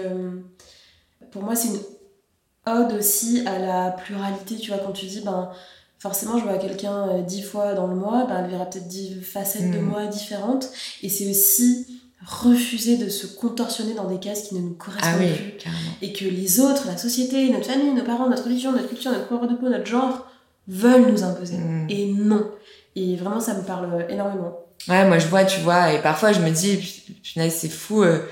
Speaker 1: pour moi, c'est une ode aussi à la pluralité. Tu vois, quand tu dis, ben, forcément, je vois quelqu'un euh, dix fois dans le mois, ben, elle verra peut-être dix facettes mmh. de moi différentes. Et c'est aussi refuser de se contorsionner dans des cases qui ne nous correspondent
Speaker 2: ah oui,
Speaker 1: plus.
Speaker 2: Carrément.
Speaker 1: Et que les autres, la société, notre famille, nos parents, notre religion, notre culture, notre couleur de peau, notre genre, veulent nous imposer. Mmh. Et non. Et vraiment, ça me parle énormément.
Speaker 2: Ouais, moi, je vois, tu vois, et parfois, je me dis, punaise, c'est fou, euh,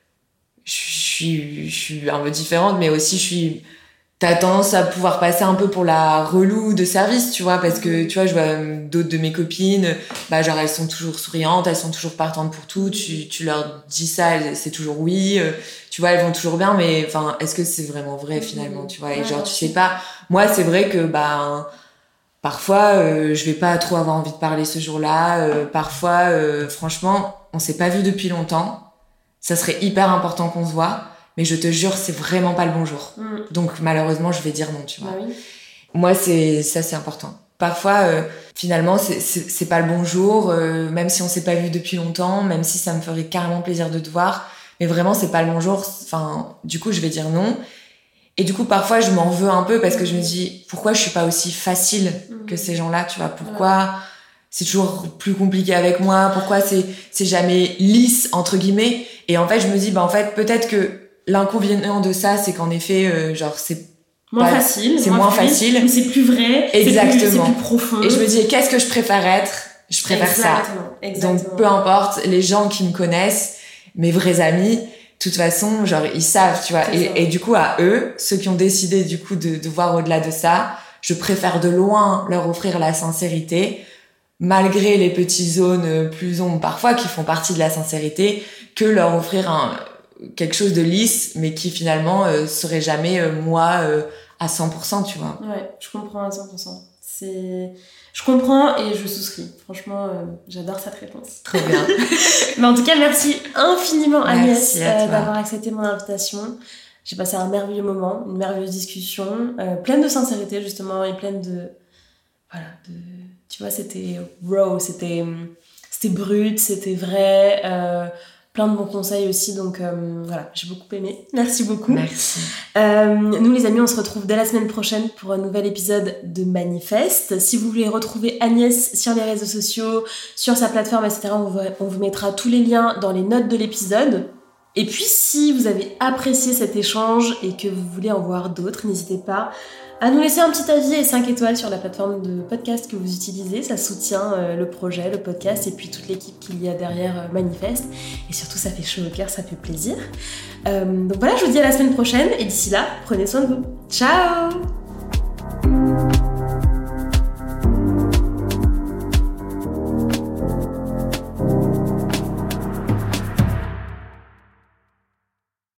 Speaker 2: je suis, je suis un peu différente, mais aussi, je suis... T'as tendance à pouvoir passer un peu pour la relou de service, tu vois, parce que, tu vois, je vois d'autres de mes copines, bah, genre, elles sont toujours souriantes, elles sont toujours partantes pour tout, tu, tu leur dis ça, c'est toujours oui, euh, tu vois, elles vont toujours bien, mais, enfin, est-ce que c'est vraiment vrai, finalement, tu vois, et genre, tu sais pas, moi, c'est vrai que, bah, parfois, euh, je vais pas trop avoir envie de parler ce jour-là. Euh, parfois, euh, franchement, on s'est pas vu depuis longtemps. Ça serait hyper important qu'on se voit, mais je te jure, c'est vraiment pas le bon jour. Mm. Donc malheureusement, je vais dire non, tu vois.
Speaker 1: Bah oui.
Speaker 2: Moi, c'est ça, c'est important. Parfois, euh, finalement, c'est, c'est c'est pas le bon jour, euh, même si on s'est pas vu depuis longtemps, même si ça me ferait carrément plaisir de te voir, mais vraiment, c'est pas le bon jour. Enfin, du coup, je vais dire non. Et du coup, parfois, je m'en veux un peu parce que je me dis, pourquoi je suis pas aussi facile que ces gens-là, tu vois? Pourquoi ouais. c'est toujours plus compliqué avec moi? Pourquoi c'est, c'est jamais lisse, entre guillemets? Et en fait, je me dis, bah, en fait, peut-être que l'inconvénient de ça, c'est qu'en effet, euh, genre, c'est
Speaker 1: moins
Speaker 2: pas,
Speaker 1: facile.
Speaker 2: C'est moins, moins facile.
Speaker 1: Mais c'est plus vrai.
Speaker 2: Exactement.
Speaker 1: C'est plus, c'est plus profond.
Speaker 2: Et je me dis, qu'est-ce que je préfère être? Je préfère
Speaker 1: Exactement.
Speaker 2: ça.
Speaker 1: Exactement.
Speaker 2: Donc, peu importe, les gens qui me connaissent, mes vrais amis, de toute façon, genre, ils savent, tu vois. Et, et du coup, à eux, ceux qui ont décidé, du coup, de, de voir au-delà de ça, je préfère de loin leur offrir la sincérité, malgré les petites zones plus ombres, parfois, qui font partie de la sincérité, que leur offrir un, quelque chose de lisse, mais qui, finalement, euh, serait jamais, euh, moi, euh, à cent pour cent, tu vois.
Speaker 1: Ouais, je comprends à cent pour cent. C'est... Je comprends et je souscris. Franchement, euh, j'adore cette réponse.
Speaker 2: Trop bien.
Speaker 1: Mais en tout cas, merci infiniment Agnès
Speaker 2: Merci à
Speaker 1: euh, d'avoir accepté mon invitation. J'ai passé un merveilleux moment, une merveilleuse discussion, euh, pleine de sincérité justement et pleine de... Voilà, de... Tu vois, c'était raw, c'était, c'était brut, c'était vrai... Euh, plein de bons conseils aussi, donc euh, voilà, j'ai beaucoup aimé. Merci beaucoup.
Speaker 2: Merci.
Speaker 1: Euh, nous les amis, on se retrouve dès la semaine prochaine pour un nouvel épisode de Manifeste. Si vous voulez retrouver Agnès sur les réseaux sociaux, sur sa plateforme, et cetera, on vous, on vous mettra tous les liens dans les notes de l'épisode. Et puis si vous avez apprécié cet échange et que vous voulez en voir d'autres, n'hésitez pas à nous laisser un petit avis et cinq étoiles sur la plateforme de podcast que vous utilisez. Ça soutient euh, le projet, le podcast et puis toute l'équipe qu'il y a derrière euh, Manifeste. Et surtout, ça fait chaud au cœur, ça fait plaisir. Euh, donc voilà, je vous dis à la semaine prochaine et d'ici là, prenez soin de vous. Ciao!